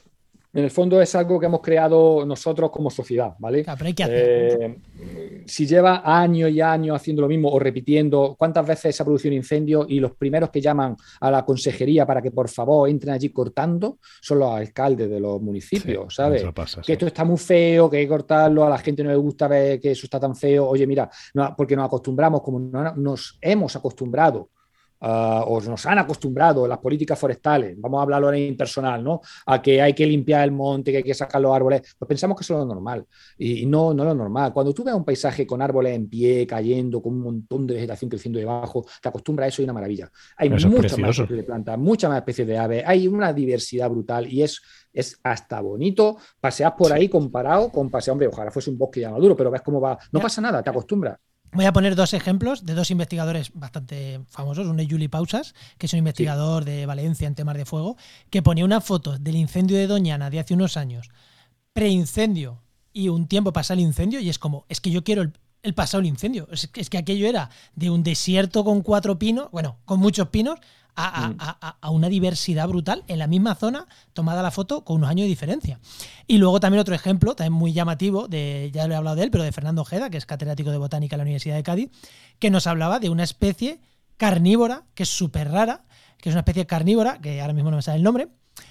en el fondo es algo que hemos creado nosotros como sociedad, ¿vale? Claro, pero hay que hacer. Eh, si lleva años y años haciendo lo mismo o repitiendo, ¿cuántas veces se ha producido un incendio y los primeros que llaman a la consejería para que por favor entren allí cortando son los alcaldes de los municipios, sí, ¿sabes? Eso pasa, que sí. esto está muy feo, que hay que cortarlo, a la gente no le gusta ver que eso está tan feo. Oye, mira, no, porque nos acostumbramos, como no, nos hemos acostumbrado Uh, o nos han acostumbrado las políticas forestales, vamos a hablarlo ahora impersonal, ¿no? A que hay que limpiar el monte, que hay que sacar los árboles, pues pensamos que eso es lo normal y no, no es lo normal. Cuando tú ves un paisaje con árboles en pie, cayendo, con un montón de vegetación creciendo debajo, te acostumbras a eso y es una maravilla. Hay eso muchas más especies de plantas, muchas más especies de aves, hay una diversidad brutal y es, es hasta bonito pasear por sí. ahí comparado con pasear, hombre, ojalá fuese un bosque ya maduro, pero ves cómo va, no pasa nada, te acostumbras. Voy a poner dos ejemplos de dos investigadores bastante famosos. Uno es Juli Pausas, que es un investigador sí. de Valencia en temas de fuego, que ponía una foto del incendio de Doñana de hace unos años, preincendio, y un tiempo pasa el incendio, y es como, es que yo quiero el, el pasado el incendio. Es que, es que aquello era de un desierto con cuatro pinos, bueno, con muchos pinos, a, a, a, a una diversidad brutal en la misma zona, tomada la foto con unos años de diferencia. Y luego también otro ejemplo, también muy llamativo, de, ya le he hablado de él, pero de Fernando Ojeda, que es catedrático de botánica en la Universidad de Cádiz, que nos hablaba de una especie carnívora, que es súper rara, que es una especie carnívora, que ahora mismo no me sale el nombre,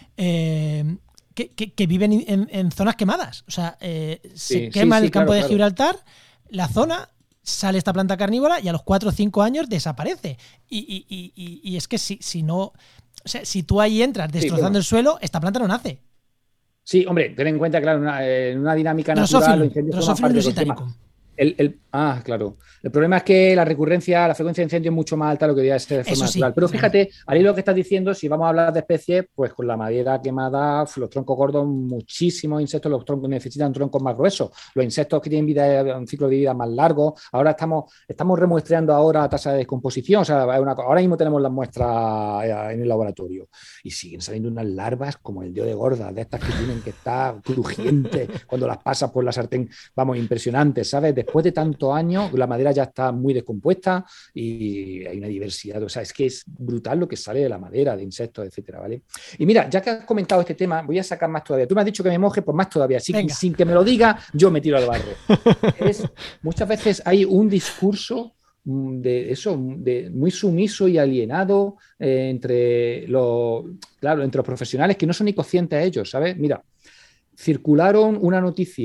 eh, que, que, que vive en, en, en zonas quemadas. O sea, eh, se sí, quema sí, sí, el campo claro, de claro. Gibraltar, la zona... sale esta planta carnívora y a los cuatro o cinco años desaparece. Y, y, y, y es que si, si no... O sea, si tú ahí entras destrozando sí, bueno. el suelo, esta planta no nace. Sí, hombre, ten en cuenta, claro, una, en una dinámica natural... Los incendios forman parte del ecosistema. El, el, ah, claro. El problema es que la recurrencia, la frecuencia de incendio es mucho más alta de lo que debería ser de forma Eso sí, natural. Pero sí. fíjate, al hilo que estás diciendo, si vamos a hablar de especies, pues con la madera quemada, los troncos gordos, muchísimos insectos, los troncos necesitan troncos más gruesos. Los insectos que tienen vida, un ciclo de vida más largo. Ahora estamos, estamos remuestreando ahora tasa de descomposición. O sea, una, ahora mismo tenemos las muestras en el laboratorio y siguen saliendo unas larvas como el dedo de gorda, de estas que tienen que estar crujientes cuando las pasas por la sartén. Vamos, impresionantes, ¿sabes? Después de tantos años, la madera ya está muy descompuesta y hay una diversidad. O sea, es que es brutal lo que sale de la madera, de insectos, etcétera, ¿vale? Y mira, ya que has comentado este tema, voy a sacar más todavía. Tú me has dicho que me moje, pues más todavía. Sin, sin que me lo diga, yo me tiro al barro. Es, muchas veces hay un discurso de eso, de muy sumiso y alienado eh, entre los, claro, entre los profesionales que no son ni conscientes a ellos, ¿sabes? Mira, circularon una noticia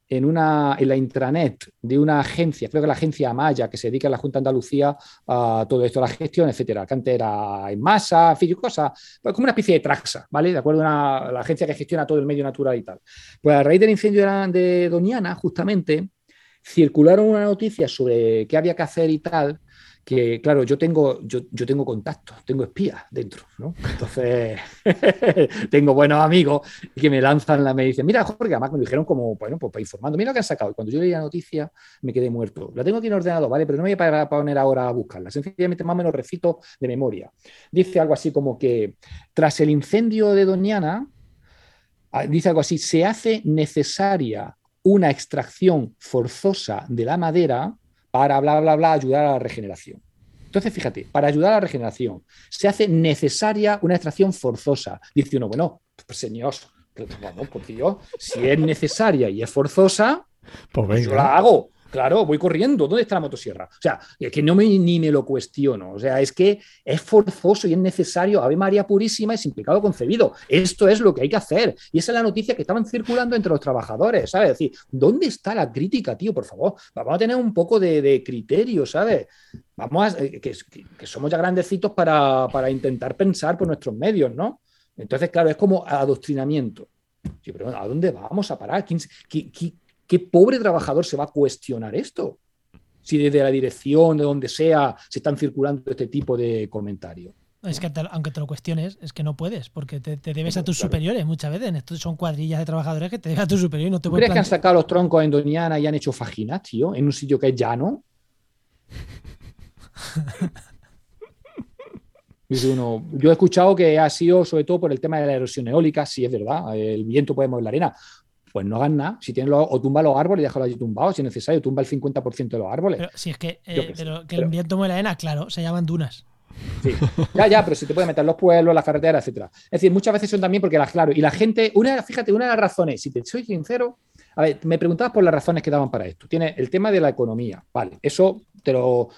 en, una, en la intranet de una agencia, creo que la agencia Amaya, que se dedica a la Junta de Andalucía a todo esto, la gestión, etcétera, que antes era en masa, en fin, cosas, pues como una especie de Traxa, ¿vale? De acuerdo a una, la agencia que gestiona todo el medio natural y tal. Pues a raíz del incendio de, de Doñana, justamente, circularon una noticia sobre qué había que hacer y tal, que claro, yo tengo, yo, yo tengo contactos, tengo espías dentro, ¿no? Entonces, tengo buenos amigos que me lanzan, la, me dicen, mira, Jorge, además me dijeron como, bueno, pues informando, mira lo que han sacado. Y cuando yo leí la noticia, me quedé muerto. La tengo aquí en ordenador, ¿vale? Pero no me voy a poner ahora a buscarla. Sencillamente más o menos recito de memoria. Dice algo así como que, tras el incendio de Doñana, dice algo así, se hace necesaria una extracción forzosa de la madera para, bla, bla, bla, ayudar a la regeneración. Entonces, fíjate, para ayudar a la regeneración se hace necesaria una extracción forzosa. Dice uno, bueno, pues señor, vamos, por Dios, si es necesaria y es forzosa, pues venga, yo la hago. Claro, voy corriendo. ¿Dónde está la motosierra? O sea, es que no me, ni me lo cuestiono. O sea, es que es forzoso y es necesario. Ave María Purísima es implicado concebido. Esto es lo que hay que hacer. Y esa es la noticia que estaban circulando entre los trabajadores, ¿sabes? Es decir, ¿dónde está la crítica, tío? Por favor, vamos a tener un poco de, de criterio, ¿sabes? Vamos a... Que, que, que somos ya grandecitos para, para intentar pensar por nuestros medios, ¿no? Entonces, claro, es como adoctrinamiento. Sí, pero ¿a dónde vamos a parar? ¿Quién, qué, qué, ¿Qué pobre trabajador se va a cuestionar esto? Si desde la dirección, de donde sea, se están circulando este tipo de comentarios. Es que te, aunque te lo cuestiones, es que no puedes, porque te, te debes a tus claro. superiores muchas veces. Estos son cuadrillas de trabajadores que te debes a tus superiores y no te puedes. ¿Crees que han sacado los troncos en Doñana y han hecho fajinas, tío? En un sitio que es llano. Dice uno, yo he escuchado que ha sido sobre todo por el tema de la erosión eólica, sí es verdad, el viento puede mover la arena. Pues no hagan nada. Si tienen los, o tumba los árboles y déjalo allí tumbados, si es necesario, tumba el cincuenta por ciento de los árboles. Pero si es que, eh, pero, que el pero, viento mueve la arena, claro, se llaman dunas. Sí, ya, ya, pero si te puede meter los pueblos, las carreteras, etcétera. Es decir, muchas veces son también porque, las, claro, y la gente, una, fíjate, una de las razones, si te soy sincero, a ver, me preguntabas por las razones que daban para esto. Tiene el tema de la economía, vale, eso te lo...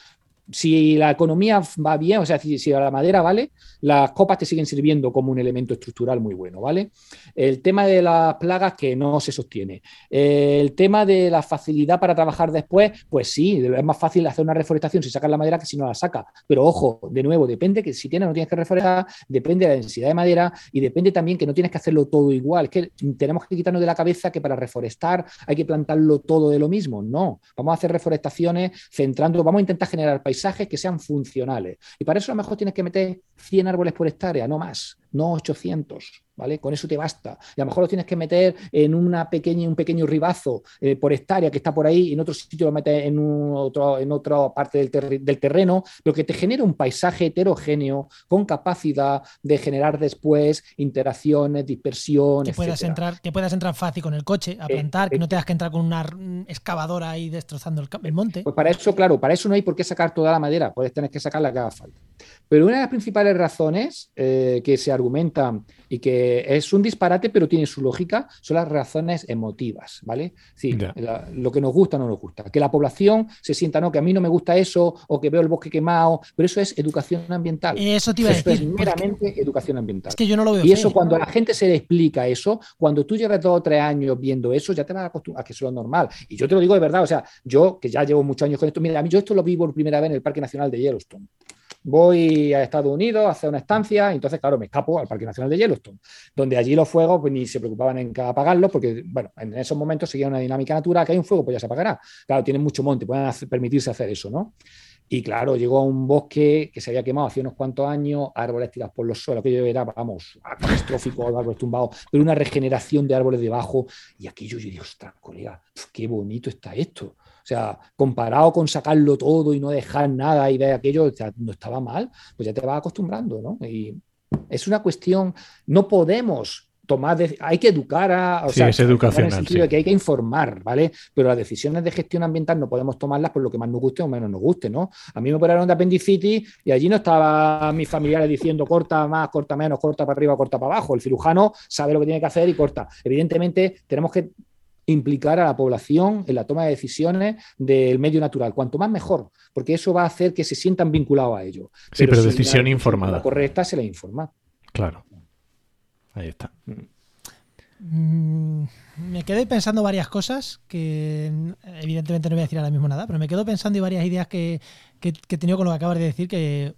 Si la economía va bien, o sea, si, si la madera vale, las copas te siguen sirviendo como un elemento estructural muy bueno, ¿vale? El tema de las plagas que no se sostiene. El tema de la facilidad para trabajar después, pues sí, es más fácil hacer una reforestación si sacas la madera que si no la sacas. Pero ojo, de nuevo, depende que si tienes o no tienes que reforestar, depende de la densidad de madera y depende también que no tienes que hacerlo todo igual. Es que tenemos que quitarnos de la cabeza que para reforestar hay que plantarlo todo de lo mismo. No, vamos a hacer reforestaciones centrando, vamos a intentar generar paisajes que sean funcionales. Y para eso a lo mejor tienes que meter cien árboles por hectárea, no más, no ochocientos, ¿vale? Con eso te basta. Y a lo mejor lo tienes que meter en una pequeña, un pequeño ribazo eh, por hectárea que está por ahí y en otro sitio lo metes en, un otro, en otra parte del, ter del terreno, pero que te genere un paisaje heterogéneo con capacidad de generar después interacciones, dispersión, que puedas entrar, que puedas entrar fácil con el coche a plantar, eh, que no tengas que entrar con una excavadora ahí destrozando el, el monte. Pues para eso, claro, para eso no hay por qué sacar toda la madera, puedes tener que sacar la que haga falta. Pero una de las principales razones eh, que se argumentan y que es un disparate, pero tiene su lógica, son las razones emotivas, ¿vale? Sí, la, lo que nos gusta o no nos gusta. Que la población se sienta, no, que a mí no me gusta eso, o que veo el bosque quemado, pero eso es educación ambiental. Eso te iba a decir. Eso es meramente educación ambiental. Es que yo no lo veo. Y eso, cuando a la gente se le explica eso, cuando tú llevas dos o tres años viendo eso, ya te vas a acostumbrar a que eso es normal. Y yo te lo digo de verdad, o sea, yo que ya llevo muchos años con esto, mira, a mí yo esto lo vi por primera vez en el Parque Nacional de Yellowstone. Voy a Estados Unidos a hacer una estancia, y entonces, claro, me escapo al Parque Nacional de Yellowstone, donde allí los fuegos pues, ni se preocupaban en apagarlos, porque, bueno, en esos momentos seguía una dinámica natural, que hay un fuego, pues ya se apagará. Claro, tienen mucho monte, pueden hacer, permitirse hacer eso, ¿no? Y claro, llegó a un bosque que se había quemado hace unos cuantos años, árboles tirados por los suelos, aquello era, vamos, catastrófico, árboles tumbados, pero una regeneración de árboles debajo, y aquello yo digo, ostras, colega, qué bonito está esto. O sea, comparado con sacarlo todo y no dejar nada y ver aquello, o sea, no estaba mal, pues ya te vas acostumbrando, ¿no? Y es una cuestión, no podemos tomar, de, hay que educar a, o sí, sea, es educacional, en el sentido sí. de que hay que informar, ¿vale? Pero las decisiones de gestión ambiental no podemos tomarlas por lo que más nos guste o menos nos guste, ¿no? A mí me operaron de apendicitis y allí no estaban mis familiares diciendo corta más, corta menos, corta para arriba, corta para abajo. El cirujano sabe lo que tiene que hacer y corta. Evidentemente, tenemos que implicar a la población en la toma de decisiones del medio natural. Cuanto más mejor, porque eso va a hacer que se sientan vinculados a ello. Sí, pero, pero si decisión la, informada. La correcta se la informa. Claro. Ahí está. Mm, me quedé pensando varias cosas que evidentemente no voy a decir ahora mismo nada, pero me quedo pensando y varias ideas que, que, que he tenido con lo que acabas de decir que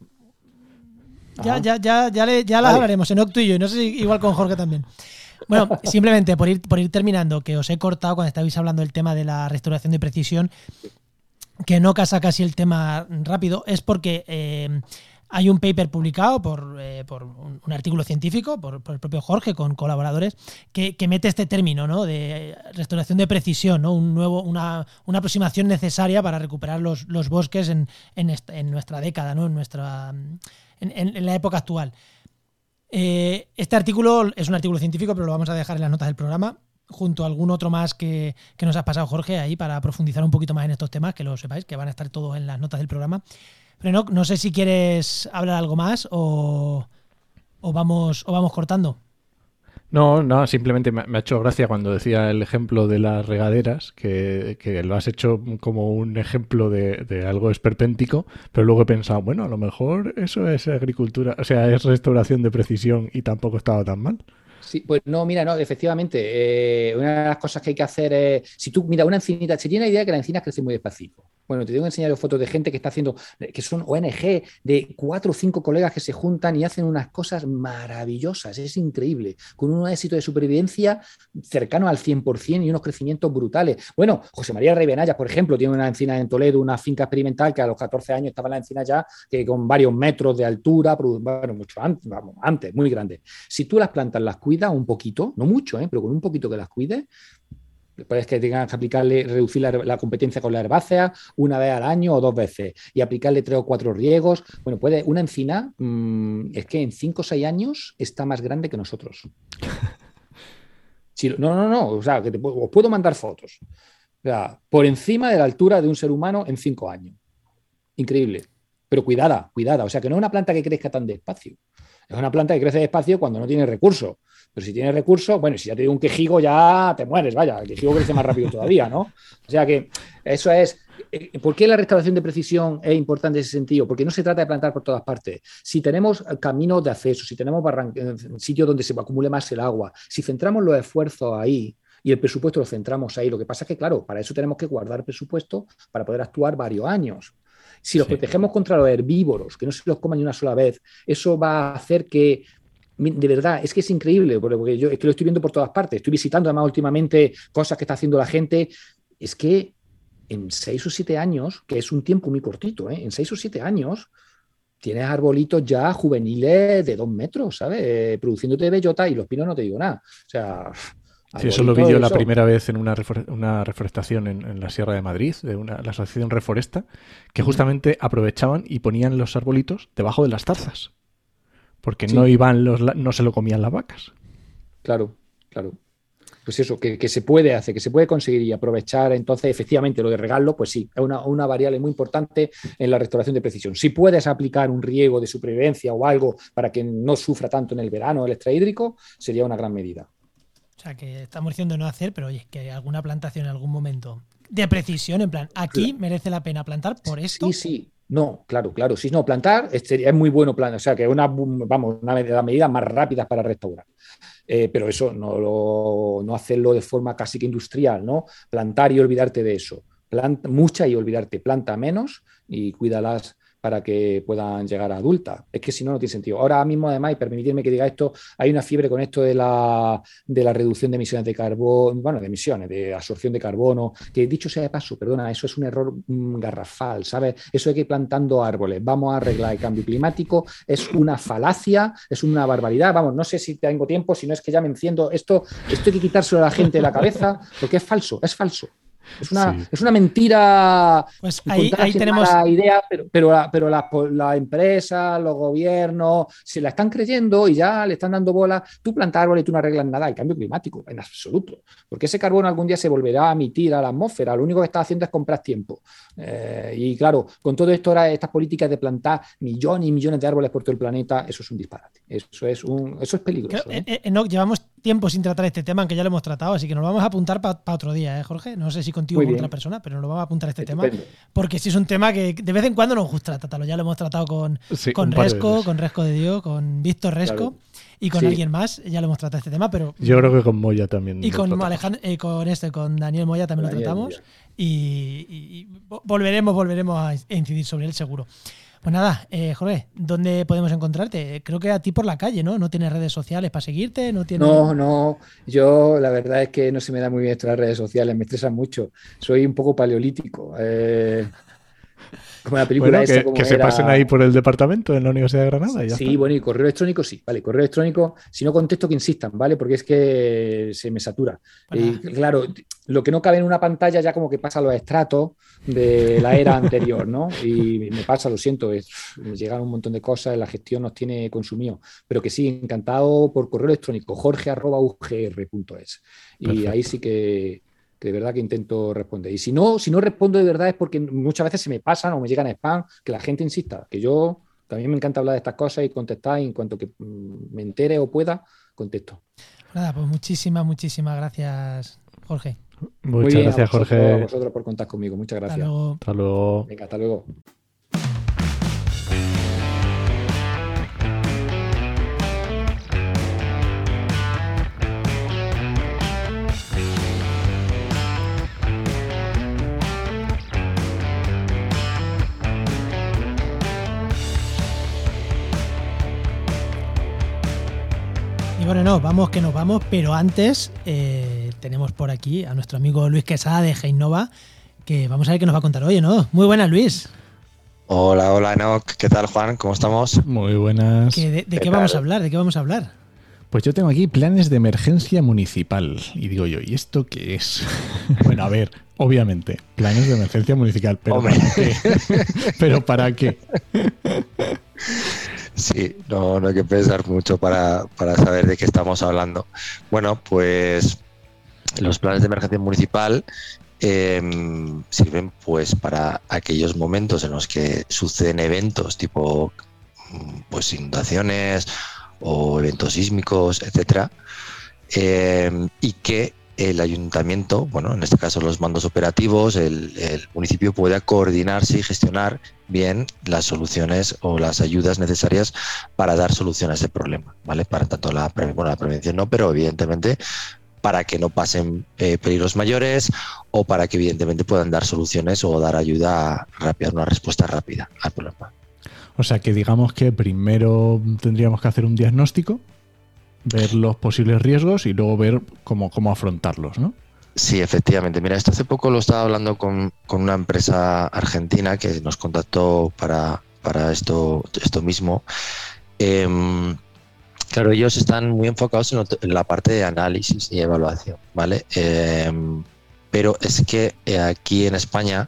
ya, ya, ya, ya, le, ya las vale. hablaremos en Octu y yo, y no sé si igual con Jorge también. Bueno, simplemente por ir, por ir terminando, que os he cortado cuando estabais hablando del tema de la restauración de precisión, que no casa casi el tema rápido, es porque eh, hay un paper publicado por, eh, por un, un artículo científico, por, por el propio Jorge, con colaboradores, que, que mete este término, ¿no?, de restauración de precisión, ¿no?, un nuevo, una, una aproximación necesaria para recuperar los, los bosques en, en, esta, en nuestra década, ¿no?, en, nuestra, en, en, en la época actual. Eh, este artículo es un artículo científico, pero lo vamos a dejar en las notas del programa, junto a algún otro más que, que nos ha pasado Jorge ahí para profundizar un poquito más en estos temas, que lo sepáis, que van a estar todos en las notas del programa. Pero no, no sé si quieres hablar algo más o, o, vamos, o vamos cortando. No, no, simplemente me, me ha hecho gracia cuando decía el ejemplo de las regaderas, que, que lo has hecho como un ejemplo de, de algo esperpéntico, pero luego he pensado, bueno, a lo mejor eso es agricultura, o sea, es restauración de precisión y tampoco estaba tan mal. Sí, pues no, mira, no, efectivamente, eh, una de las cosas que hay que hacer es, si tú, mira, una encinita, se tiene la idea de que las encinas crecen muy despacito. Bueno, te tengo que enseñar fotos de gente que está haciendo, que son O N G, de cuatro o cinco colegas que se juntan y hacen unas cosas maravillosas, es increíble, con un éxito de supervivencia cercano al cien por ciento y unos crecimientos brutales. Bueno, José María Rey Benayas, por ejemplo, tiene una encina en Toledo, una finca experimental que a los catorce años estaba en la encina ya, que con varios metros de altura, bueno, mucho antes, vamos, antes, muy grande. Si tú las plantas las cuidas un poquito, no mucho, ¿eh? pero con un poquito que las cuides, puedes que tengas que aplicarle, reducir la, la competencia con la herbácea una vez al año o dos veces y aplicarle tres o cuatro riegos. Bueno, puede, una encina mmm, es que en cinco o seis años está más grande que nosotros. Si, no, no, no, o sea, que te, os puedo mandar fotos. O sea, por encima de la altura de un ser humano en cinco años. Increíble. Pero cuidada, cuidada. O sea, que no es una planta que crezca tan despacio. Es una planta que crece despacio cuando no tiene recursos. Pero si tienes recursos, bueno, si ya te digo un quejigo, ya te mueres, vaya, el quejigo crece más rápido todavía, ¿no? O sea que eso es. ¿Por qué la restauración de precisión es importante en ese sentido? Porque no se trata de plantar por todas partes. Si tenemos caminos de acceso, si tenemos sitios donde se acumule más el agua, si centramos los esfuerzos ahí y el presupuesto lo centramos ahí, lo que pasa es que, claro, para eso tenemos que guardar presupuesto para poder actuar varios años. Si los sí. protegemos contra los herbívoros, que no se los coman ni una sola vez, eso va a hacer que, de verdad, es que es increíble, porque yo es que lo estoy viendo por todas partes. Estoy visitando además últimamente cosas que está haciendo la gente. Es que en seis o siete años, que es un tiempo muy cortito, ¿eh? en seis o siete años tienes arbolitos ya juveniles de dos metros, ¿sabes? Eh, produciéndote bellota y los pinos no te digo nada. O sea... Sí, eso lo vi yo la primera vez en una, refor una reforestación en, en la Sierra de Madrid, de una, la asociación Reforesta, que justamente aprovechaban y ponían los arbolitos debajo de las zarzas, porque sí. no iban los, no se lo comían las vacas. Claro, claro. Pues eso, que, que se puede hacer, que se puede conseguir y aprovechar. Entonces, efectivamente, lo de regarlo, pues sí, es una, una variable muy importante en la restauración de precisión. Si puedes aplicar un riego de supervivencia o algo para que no sufra tanto en el verano el extrahídrico, sería una gran medida. O sea, que estamos diciendo no hacer, pero oye, que alguna plantación en algún momento de precisión, en plan, aquí merece la pena plantar por esto. Sí, sí. No, claro, claro. Sí, no, plantar es, es muy bueno plantar. O sea, que es una, vamos, una de las medidas más rápidas para restaurar. Eh, pero eso, no, lo, no hacerlo de forma casi que industrial, ¿no? Plantar y olvidarte de eso. Planta mucha y olvidarte. Planta menos y cuídalas para que puedan llegar a adultas. Es que si no, no tiene sentido. Ahora mismo, además, y permitirme que diga esto, hay una fiebre con esto de la, de la reducción de emisiones de carbono, bueno, de emisiones, de absorción de carbono, que dicho sea de paso, perdona, eso es un error mmm, garrafal, ¿sabes? Eso de que plantando árboles vamos a arreglar el cambio climático es una falacia, es una barbaridad. Vamos, no sé si tengo tiempo, si no es que ya me enciendo. Esto, esto hay que quitárselo a la gente de la cabeza, porque es falso, es falso. Es una, sí. es una mentira. Pues ahí, ahí tenemos la idea, pero, pero, la, pero las la empresas, los gobiernos se la están creyendo y ya le están dando bola. Tú plantas árboles y tú no arreglas nada. El cambio climático, en absoluto. Porque ese carbono algún día se volverá a emitir a la atmósfera. Lo único que está haciendo es comprar tiempo. Eh, y claro, con todo esto, ahora estas políticas de plantar millones y millones de árboles por todo el planeta, eso es un disparate. Eso es, un, eso es peligroso. Claro, ¿eh? Eh, no, llevamos tiempo sin tratar este tema, aunque ya lo hemos tratado, así que nos vamos a apuntar para pa otro día, ¿eh, Jorge? No sé si contigo o con otra persona, pero nos lo vamos a apuntar a este Estupendo. tema, porque sí es un tema que de vez en cuando nos gusta tratarlo. Ya lo hemos tratado con, sí, con Resco, con Resco de Dios, con Víctor Resco. Claro. y con sí. alguien más ya lo hemos tratado este tema, pero... Yo creo que con Moya también. Y con Alejandro, eh, con este, con Daniel Moya también Daniel, lo tratamos y, y, y volveremos, volveremos a incidir sobre él seguro. Pues nada, eh, Jorge, ¿dónde podemos encontrarte? Creo que a ti por la calle, ¿no? ¿No tienes redes sociales para seguirte? No, tienes... no, no. Yo la verdad es que no se me da muy bien esto de las redes sociales, me estresan mucho. Soy un poco paleolítico. Eh, como la película bueno, esa. Que, como que era... se pasen ahí por el departamento en la Universidad de Granada. Ya sí, está. Bueno, y correo electrónico sí. Vale, correo electrónico, si no contesto que insistan, ¿vale? Porque es que se me satura. Para... Y claro, lo que no cabe en una pantalla ya como que pasa a los estratos de la era anterior, ¿no? Y me pasa, lo siento, es, me llegan un montón de cosas, la gestión nos tiene consumido, pero que sí, encantado por correo electrónico, jorge arroba u g r punto es. Y perfecto. Ahí sí que, que de verdad que intento responder. Y si no, si no respondo de verdad es porque muchas veces se me pasan o me llegan a spam, que la gente insista, que yo también me encanta hablar de estas cosas y contestar y en cuanto que me entere o pueda, contesto. Nada, pues muchísimas, muchísimas gracias, Jorge. Muchas bien, gracias, a vosotros, Jorge. A vosotros por contar conmigo. Muchas gracias. Hasta luego. Hasta luego. Venga, hasta luego. Y bueno, no, vamos que nos vamos, pero antes eh, tenemos por aquí a nuestro amigo Luis Quesada de Heinova, que vamos a ver qué nos va a contar hoy, ¿no? Muy buenas, Luis. Hola, hola, Enoch. ¿Qué tal, Juan? ¿Cómo estamos? Muy buenas. ¿De, de qué, qué vamos a hablar? ¿De qué vamos a hablar? Pues yo tengo aquí planes de emergencia municipal. Y digo yo, ¿y esto qué es? Bueno, a ver, obviamente, planes de emergencia municipal, pero Hombre. ¿para qué? ¿Pero para qué? Sí, no, no hay que pensar mucho para, para saber de qué estamos hablando. Bueno, pues los planes de emergencia municipal eh, sirven pues para aquellos momentos en los que suceden eventos tipo pues inundaciones o eventos sísmicos, etcétera, eh, y que el ayuntamiento, bueno, en este caso los mandos operativos, el, el municipio pueda coordinarse y gestionar bien las soluciones o las ayudas necesarias para dar solución a ese problema, ¿vale? Para tanto la, bueno, la prevención no, pero evidentemente para que no pasen eh, peligros mayores o para que evidentemente puedan dar soluciones o dar ayuda rápida, una respuesta rápida al problema. O sea que digamos que primero tendríamos que hacer un diagnóstico, ver los posibles riesgos y luego ver cómo, cómo afrontarlos, ¿no? Sí, efectivamente. Mira, esto hace poco lo estaba hablando con, con una empresa argentina que nos contactó para, para esto, esto mismo. Eh, claro, ellos están muy enfocados en, en la parte de análisis y evaluación, ¿vale? Eh, pero es que eh, aquí en España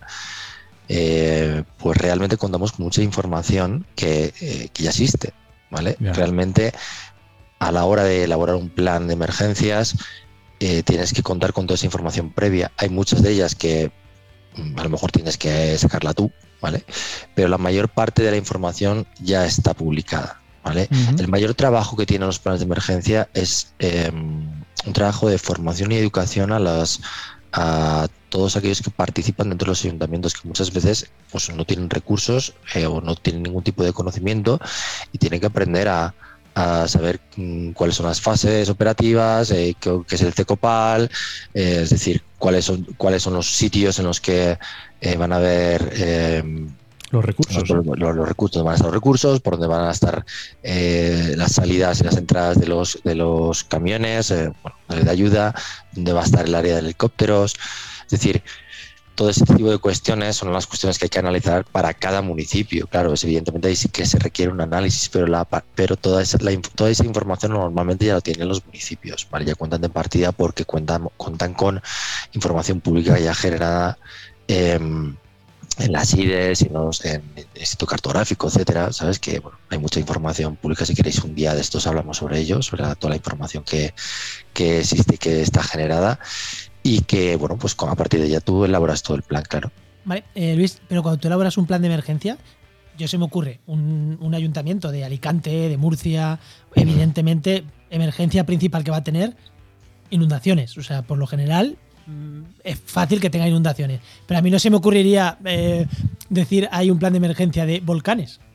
eh, pues realmente contamos con mucha información que, eh, que ya existe, ¿vale? Yeah. Realmente a la hora de elaborar un plan de emergencias eh, tienes que contar con toda esa información previa. Hay muchas de ellas que a lo mejor tienes que sacarla tú, ¿vale? Pero la mayor parte de la información ya está publicada, ¿vale? Uh-huh. El mayor trabajo que tienen los planes de emergencia es eh, un trabajo de formación y educación a las a todos aquellos que participan dentro de los ayuntamientos, que muchas veces pues, no tienen recursos eh, o no tienen ningún tipo de conocimiento y tienen que aprender a a saber mmm, cuáles son las fases operativas, eh, qué, qué es el CECOPAL, eh, es decir, cuáles son cuáles son los sitios en los que eh, van a haber eh, los recursos, los, los, los recursos, dónde van a estar los recursos, por dónde van a estar eh, las salidas y las entradas de los de los camiones, eh, bueno, de ayuda, dónde va a estar el área de helicópteros, es decir, todo ese tipo de cuestiones son las cuestiones que hay que analizar para cada municipio. Claro, es evidentemente ahí sí que se requiere un análisis, pero la pero toda esa, la, toda esa información normalmente ya lo tienen los municipios, ¿vale? Ya cuentan de partida porque cuentan, cuentan con información pública ya generada eh, en las I D E S, en, los, en el Instituto Cartográfico, etcétera. Sabes que bueno, hay mucha información pública. Si queréis un día de estos hablamos sobre ello, sobre la, toda la información que, que existe y que está generada. Y que, bueno, pues a partir de ella tú elaboras todo el plan, claro. Vale, eh, Luis, pero cuando tú elaboras un plan de emergencia, yo se me ocurre un, un ayuntamiento de Alicante, de Murcia, evidentemente, emergencia principal que va a tener, inundaciones. O sea, por lo general, es fácil que tenga inundaciones. Pero a mí no se me ocurriría eh, decir hay un plan de emergencia de volcanes.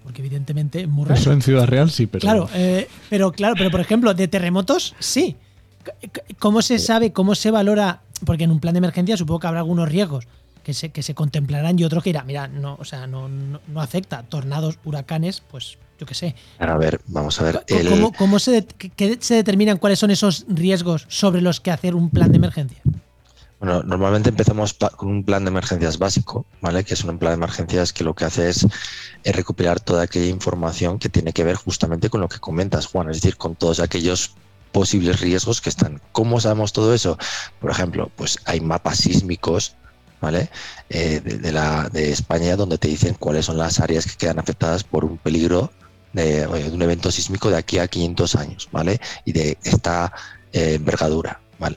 porque evidentemente es muy raro. Eso en Ciudad Real sí, pero... Claro, eh, pero claro, pero por ejemplo, de terremotos sí. ¿Cómo se sabe, cómo se valora? Porque en un plan de emergencia supongo que habrá algunos riesgos que se, que se contemplarán y otros que irán, mira, no, o sea, no, no, no afecta. Tornados, huracanes, pues yo qué sé. A ver, vamos a ver. ¿Cómo, cómo, cómo se, qué se determinan cuáles son esos riesgos sobre los que hacer un plan de emergencia? Bueno, normalmente empezamos con un plan de emergencias básico, ¿vale? Que es un plan de emergencias que lo que hace es, es recopilar toda aquella información que tiene que ver justamente con lo que comentas, Juan, es decir, con todos aquellos posibles riesgos que están. ¿Cómo sabemos todo eso? Por ejemplo, pues hay mapas sísmicos, ¿vale? Eh, de, de, la, de España donde te dicen cuáles son las áreas que quedan afectadas por un peligro de, de un evento sísmico de aquí a quinientos años, ¿vale? Y de esta eh, envergadura, ¿vale?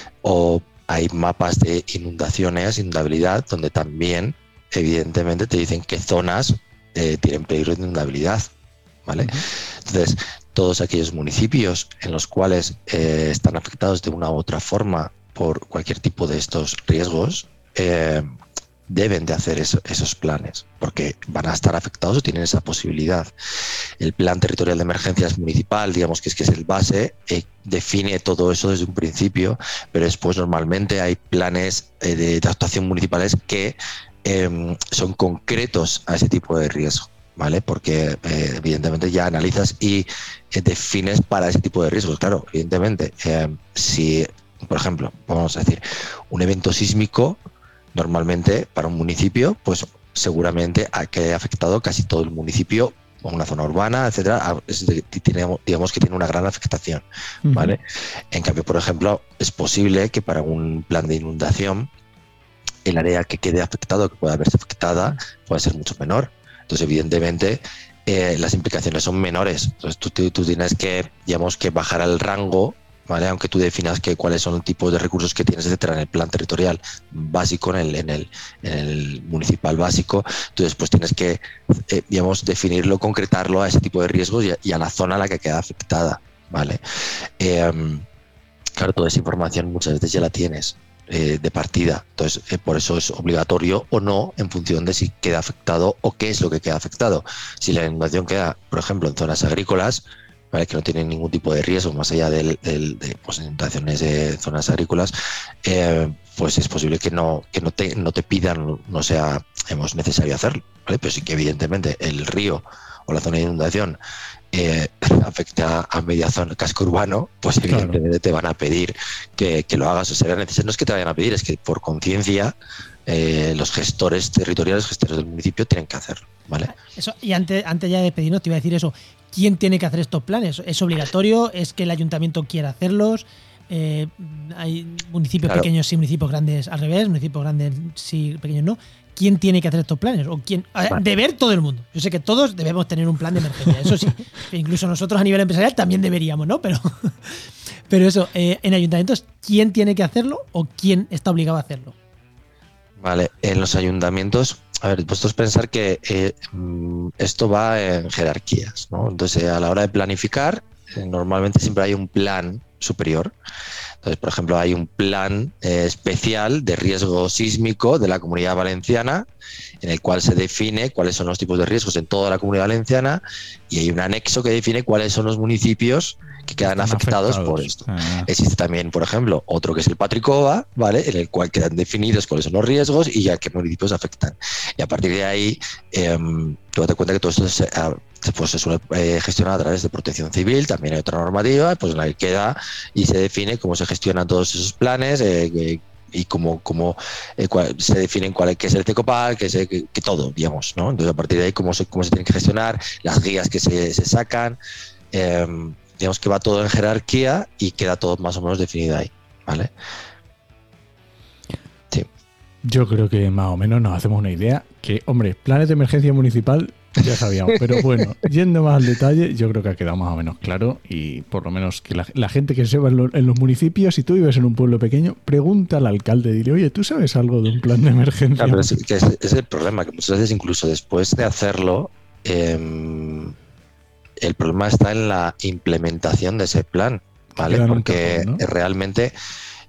O hay mapas de inundaciones, inundabilidad, donde también, evidentemente, te dicen qué zonas eh, tienen peligro de inundabilidad, ¿vale? Uh-huh. Entonces, todos aquellos municipios en los cuales eh, están afectados de una u otra forma por cualquier tipo de estos riesgos, eh, deben de hacer eso, esos planes, porque van a estar afectados o tienen esa posibilidad. El plan territorial de emergencias municipal, digamos que es que es el base, eh, define todo eso desde un principio, pero después normalmente hay planes eh, de, de actuación municipales que eh, son concretos a ese tipo de riesgo, ¿vale? Porque eh, evidentemente ya analizas y eh, defines para ese tipo de riesgos. Claro, evidentemente, eh, si, por ejemplo, vamos a decir, un evento sísmico, normalmente para un municipio, pues seguramente ha quedado afectado casi todo el municipio, o una zona urbana, etcétera, digamos que tiene una gran afectación, ¿vale? Uh-huh. En cambio, por ejemplo, es posible que para un plan de inundación el área que quede afectado, que pueda verse afectada, pueda ser mucho menor. Entonces, evidentemente, eh, las implicaciones son menores. Entonces, tú, tú, tú tienes que, digamos, que bajar al rango, ¿vale? Aunque tú definas que cuáles son los tipos de recursos que tienes, etcétera, en el plan territorial básico, en el, en el, en el municipal básico, tú después tienes que, eh, digamos, definirlo, concretarlo a ese tipo de riesgos y a, y a la zona a la que queda afectada, ¿vale? Eh, claro, toda esa información muchas veces ya la tienes eh, de partida, entonces eh, por eso es obligatorio o no en función de si queda afectado o qué es lo que queda afectado. Si la inundación queda, por ejemplo, en zonas agrícolas, ¿vale? Que no tienen ningún tipo de riesgo más allá del, del, de pues, inundaciones de zonas agrícolas, eh, pues es posible que no que no te no te pidan, no sea hemos necesario hacerlo, ¿vale? Pero sí que evidentemente el río o la zona de inundación eh, afecta a media zona casco urbano, pues evidentemente claro, te van a pedir que, que lo hagas. O sea, necesario, no es que te vayan a pedir, es que por conciencia eh, los gestores territoriales, gestores del municipio tienen que hacerlo, ¿vale? Eso, y antes, antes ya de pedirnos te iba a decir eso. ¿Quién tiene que hacer estos planes? ¿Es obligatorio? ¿Es que el ayuntamiento quiera hacerlos? Eh, ¿Hay municipios claro. pequeños sí, municipios grandes al revés? ¿Municipios grandes sí, pequeños no? ¿Quién tiene que hacer estos planes? ¿O quién? Vale. Deber todo el mundo. Yo sé que todos debemos tener un plan de emergencia, eso sí. Incluso nosotros a nivel empresarial también deberíamos, ¿no? Pero, pero eso, eh, en ayuntamientos, ¿quién tiene que hacerlo o quién está obligado a hacerlo? Vale, en los ayuntamientos, a ver, vosotros pensar que eh, esto va en jerarquías, ¿no? Entonces, a la hora de planificar, eh, normalmente siempre hay un plan superior. Entonces, por ejemplo, hay un plan eh, especial de riesgo sísmico de la Comunidad Valenciana, en el cual se define cuáles son los tipos de riesgos en toda la Comunidad Valenciana, y hay un anexo que define cuáles son los municipios que quedan afectados, afectados por esto. Ah. Existe también, por ejemplo, otro que es el Patricova, ¿vale? En el cual quedan definidos cuáles son los riesgos y ya qué municipios afectan. Y a partir de ahí, eh, tú date cuenta que todo esto se, pues, se suele eh, gestionar a través de Protección Civil. También hay otra normativa, pues en la que queda y se define cómo se gestionan todos esos planes, eh, eh, y cómo, cómo eh, cuál, se definen cuál qué es el Tecopal, qué es el, que, que todo, digamos, ¿no? Entonces, a partir de ahí, cómo se, cómo se tienen que gestionar, las guías que se, se sacan, eh, digamos que va todo en jerarquía y queda todo más o menos definido ahí, ¿vale? Sí. Yo creo que más o menos nos hacemos una idea que, hombre, planes de emergencia municipal ya sabíamos, pero bueno, yendo más al detalle, yo creo que ha quedado más o menos claro y por lo menos que la, la gente que sepa en, lo, en los municipios, si tú vives en un pueblo pequeño, pregunta al alcalde, dile, oye, ¿tú sabes algo de un plan de emergencia? Claro, pero es, que es, es el problema, que muchas veces incluso después de hacerlo, eh, el problema está en la implementación de ese plan, ¿vale? Porque poco, ¿no? realmente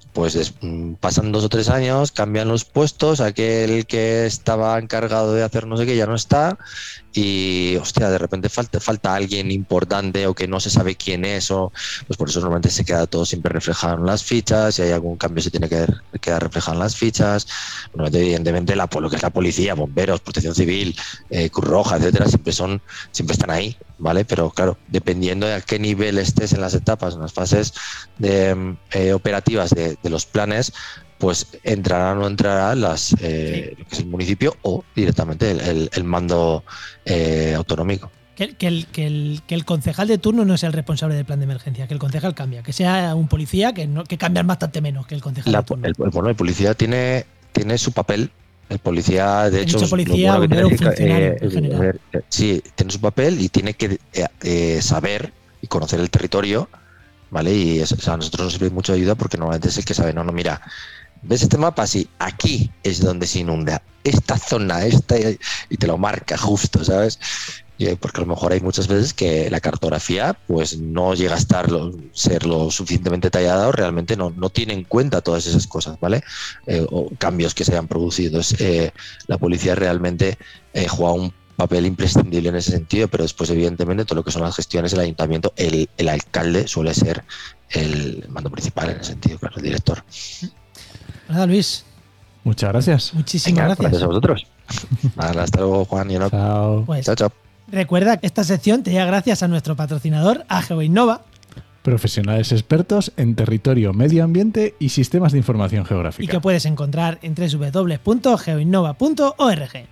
pues es, pasan dos o tres años, cambian los puestos, aquel que estaba encargado de hacer no sé qué ya no está y, hostia, de repente falta, falta alguien importante o que no se sabe quién es, o pues por eso normalmente se queda todo siempre reflejado en las fichas, si hay algún cambio se tiene que quedar reflejado en las fichas. Bueno, evidentemente la, lo que es la policía, bomberos, protección civil, eh, Cruz Roja, etcétera, siempre son, siempre están ahí, ¿vale? Pero claro, dependiendo de a qué nivel estés en las etapas, en las fases de, eh, operativas de, de los planes, pues entrará o no entrará las, eh, lo que es el municipio o directamente el, el, el mando eh, autonómico. Que, que, el, que, el, que el concejal de turno no sea el responsable del plan de emergencia, que el concejal cambia, que sea un policía que, no, que cambian bastante menos que el concejal La, de turno. El, bueno, el policía tiene, tiene su papel. El policía, de He hecho, dicho policía, bueno bombero, que, funcionario, eh, en general. Eh, sí, tiene su papel y tiene que eh, eh, saber y conocer el territorio, ¿vale? Y eso, o sea, a nosotros nos sirve mucho de ayuda porque normalmente es el que sabe, no, no, mira, ¿ves este mapa? Sí, aquí es donde se inunda, esta zona, esta, y te lo marca justo, ¿sabes? Porque a lo mejor hay muchas veces que la cartografía pues no llega a estar lo, ser lo suficientemente detallada o realmente no, no tiene en cuenta todas esas cosas, ¿vale? Eh, o cambios que se hayan producido. Eh, la policía realmente eh, juega un papel imprescindible en ese sentido, pero después evidentemente todo lo que son las gestiones, el ayuntamiento, el, el alcalde suele ser el mando principal en ese sentido, claro, el director. Nada, Luis. Muchas gracias. Muchísimas Venga, gracias. Gracias a vosotros. Vale, hasta luego, Juan y Enoch. Chao. Pues, Chao, chao. recuerda que esta sección te llega gracias a nuestro patrocinador, a GeoInnova. Profesionales expertos en territorio, medio ambiente y sistemas de información geográfica. Y que puedes encontrar en doble u doble u doble u punto geoinnova punto org.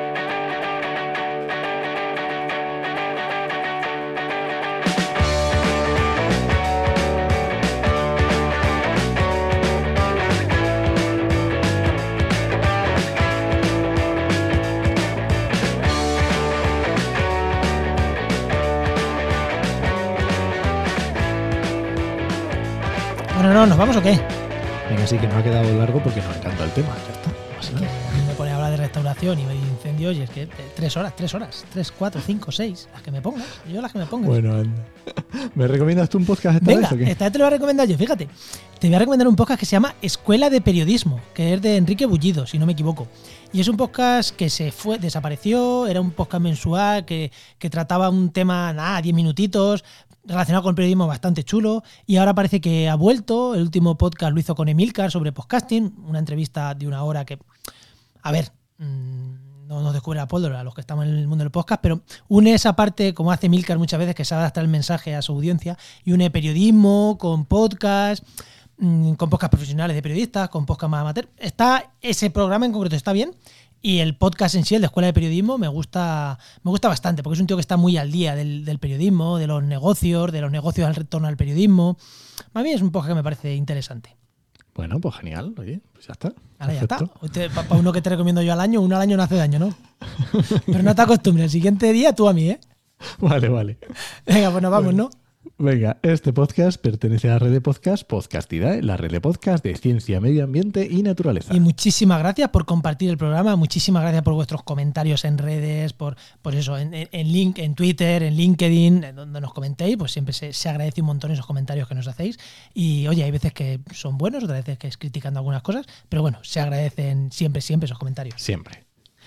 Bueno, no, ¿nos vamos o qué? Venga, sí, que no ha quedado largo porque nos encanta el tema. Ya está. No pasa Que nada. a mí me pone a hablar de restauración y de incendios y es que eh, tres horas, tres horas, tres, cuatro, cinco, seis, las que me pongas, yo las que me pongas. Bueno, anda. ¿Me recomiendas tú un podcast esta Venga, vez o qué? esta vez te lo voy a recomendar yo, fíjate. Te voy a recomendar un podcast que se llama Escuela de Periodismo, que es de Enrique Bullido, si no me equivoco. Y es un podcast que se fue, desapareció, era un podcast mensual que, que trataba un tema, nada, diez minutitos, relacionado con el periodismo bastante chulo, y ahora parece que ha vuelto. El último podcast lo hizo con Emilcar sobre podcasting, una entrevista de una hora que, a ver, mmm, no nos descubre la pólvora a los que estamos en el mundo del podcast, pero une esa parte, como hace Emilcar muchas veces, que sabe adaptar el mensaje a su audiencia, y une periodismo con podcast, mmm, con podcast profesionales de periodistas, con podcast más amateur. Está, ese programa en concreto está bien. Y el podcast en sí, el de Escuela de Periodismo, me gusta me gusta bastante, porque es un tío que está muy al día del, del periodismo, de los negocios, de los negocios al retorno al periodismo. A mí es un podcast que me parece interesante. Bueno, pues genial. Oye, pues ya está. Ahora Perfecto. ya está. Para uno que te recomiendo yo al año, uno al año no hace daño, ¿no? Pero no te acostumbres. El siguiente día tú a mí, ¿eh? Vale, vale. Venga, pues nos vamos, Bueno. ¿no? Venga, este podcast pertenece a la red de podcast Podcastidae, la red de podcast de ciencia, medio ambiente y naturaleza. Y muchísimas gracias por compartir el programa, muchísimas gracias por vuestros comentarios en redes, por, por eso, en, en, en, link, en Twitter, en LinkedIn, en donde nos comentéis, pues siempre se, se agradece un montón esos comentarios que nos hacéis. Y oye, hay veces que son buenos, otras veces que es criticando algunas cosas, pero bueno, se agradecen siempre, siempre esos comentarios. Siempre.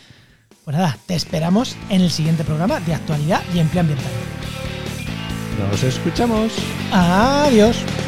Pues nada, te esperamos en el siguiente programa de actualidad y empleo ambiental. Nos escuchamos. Adiós.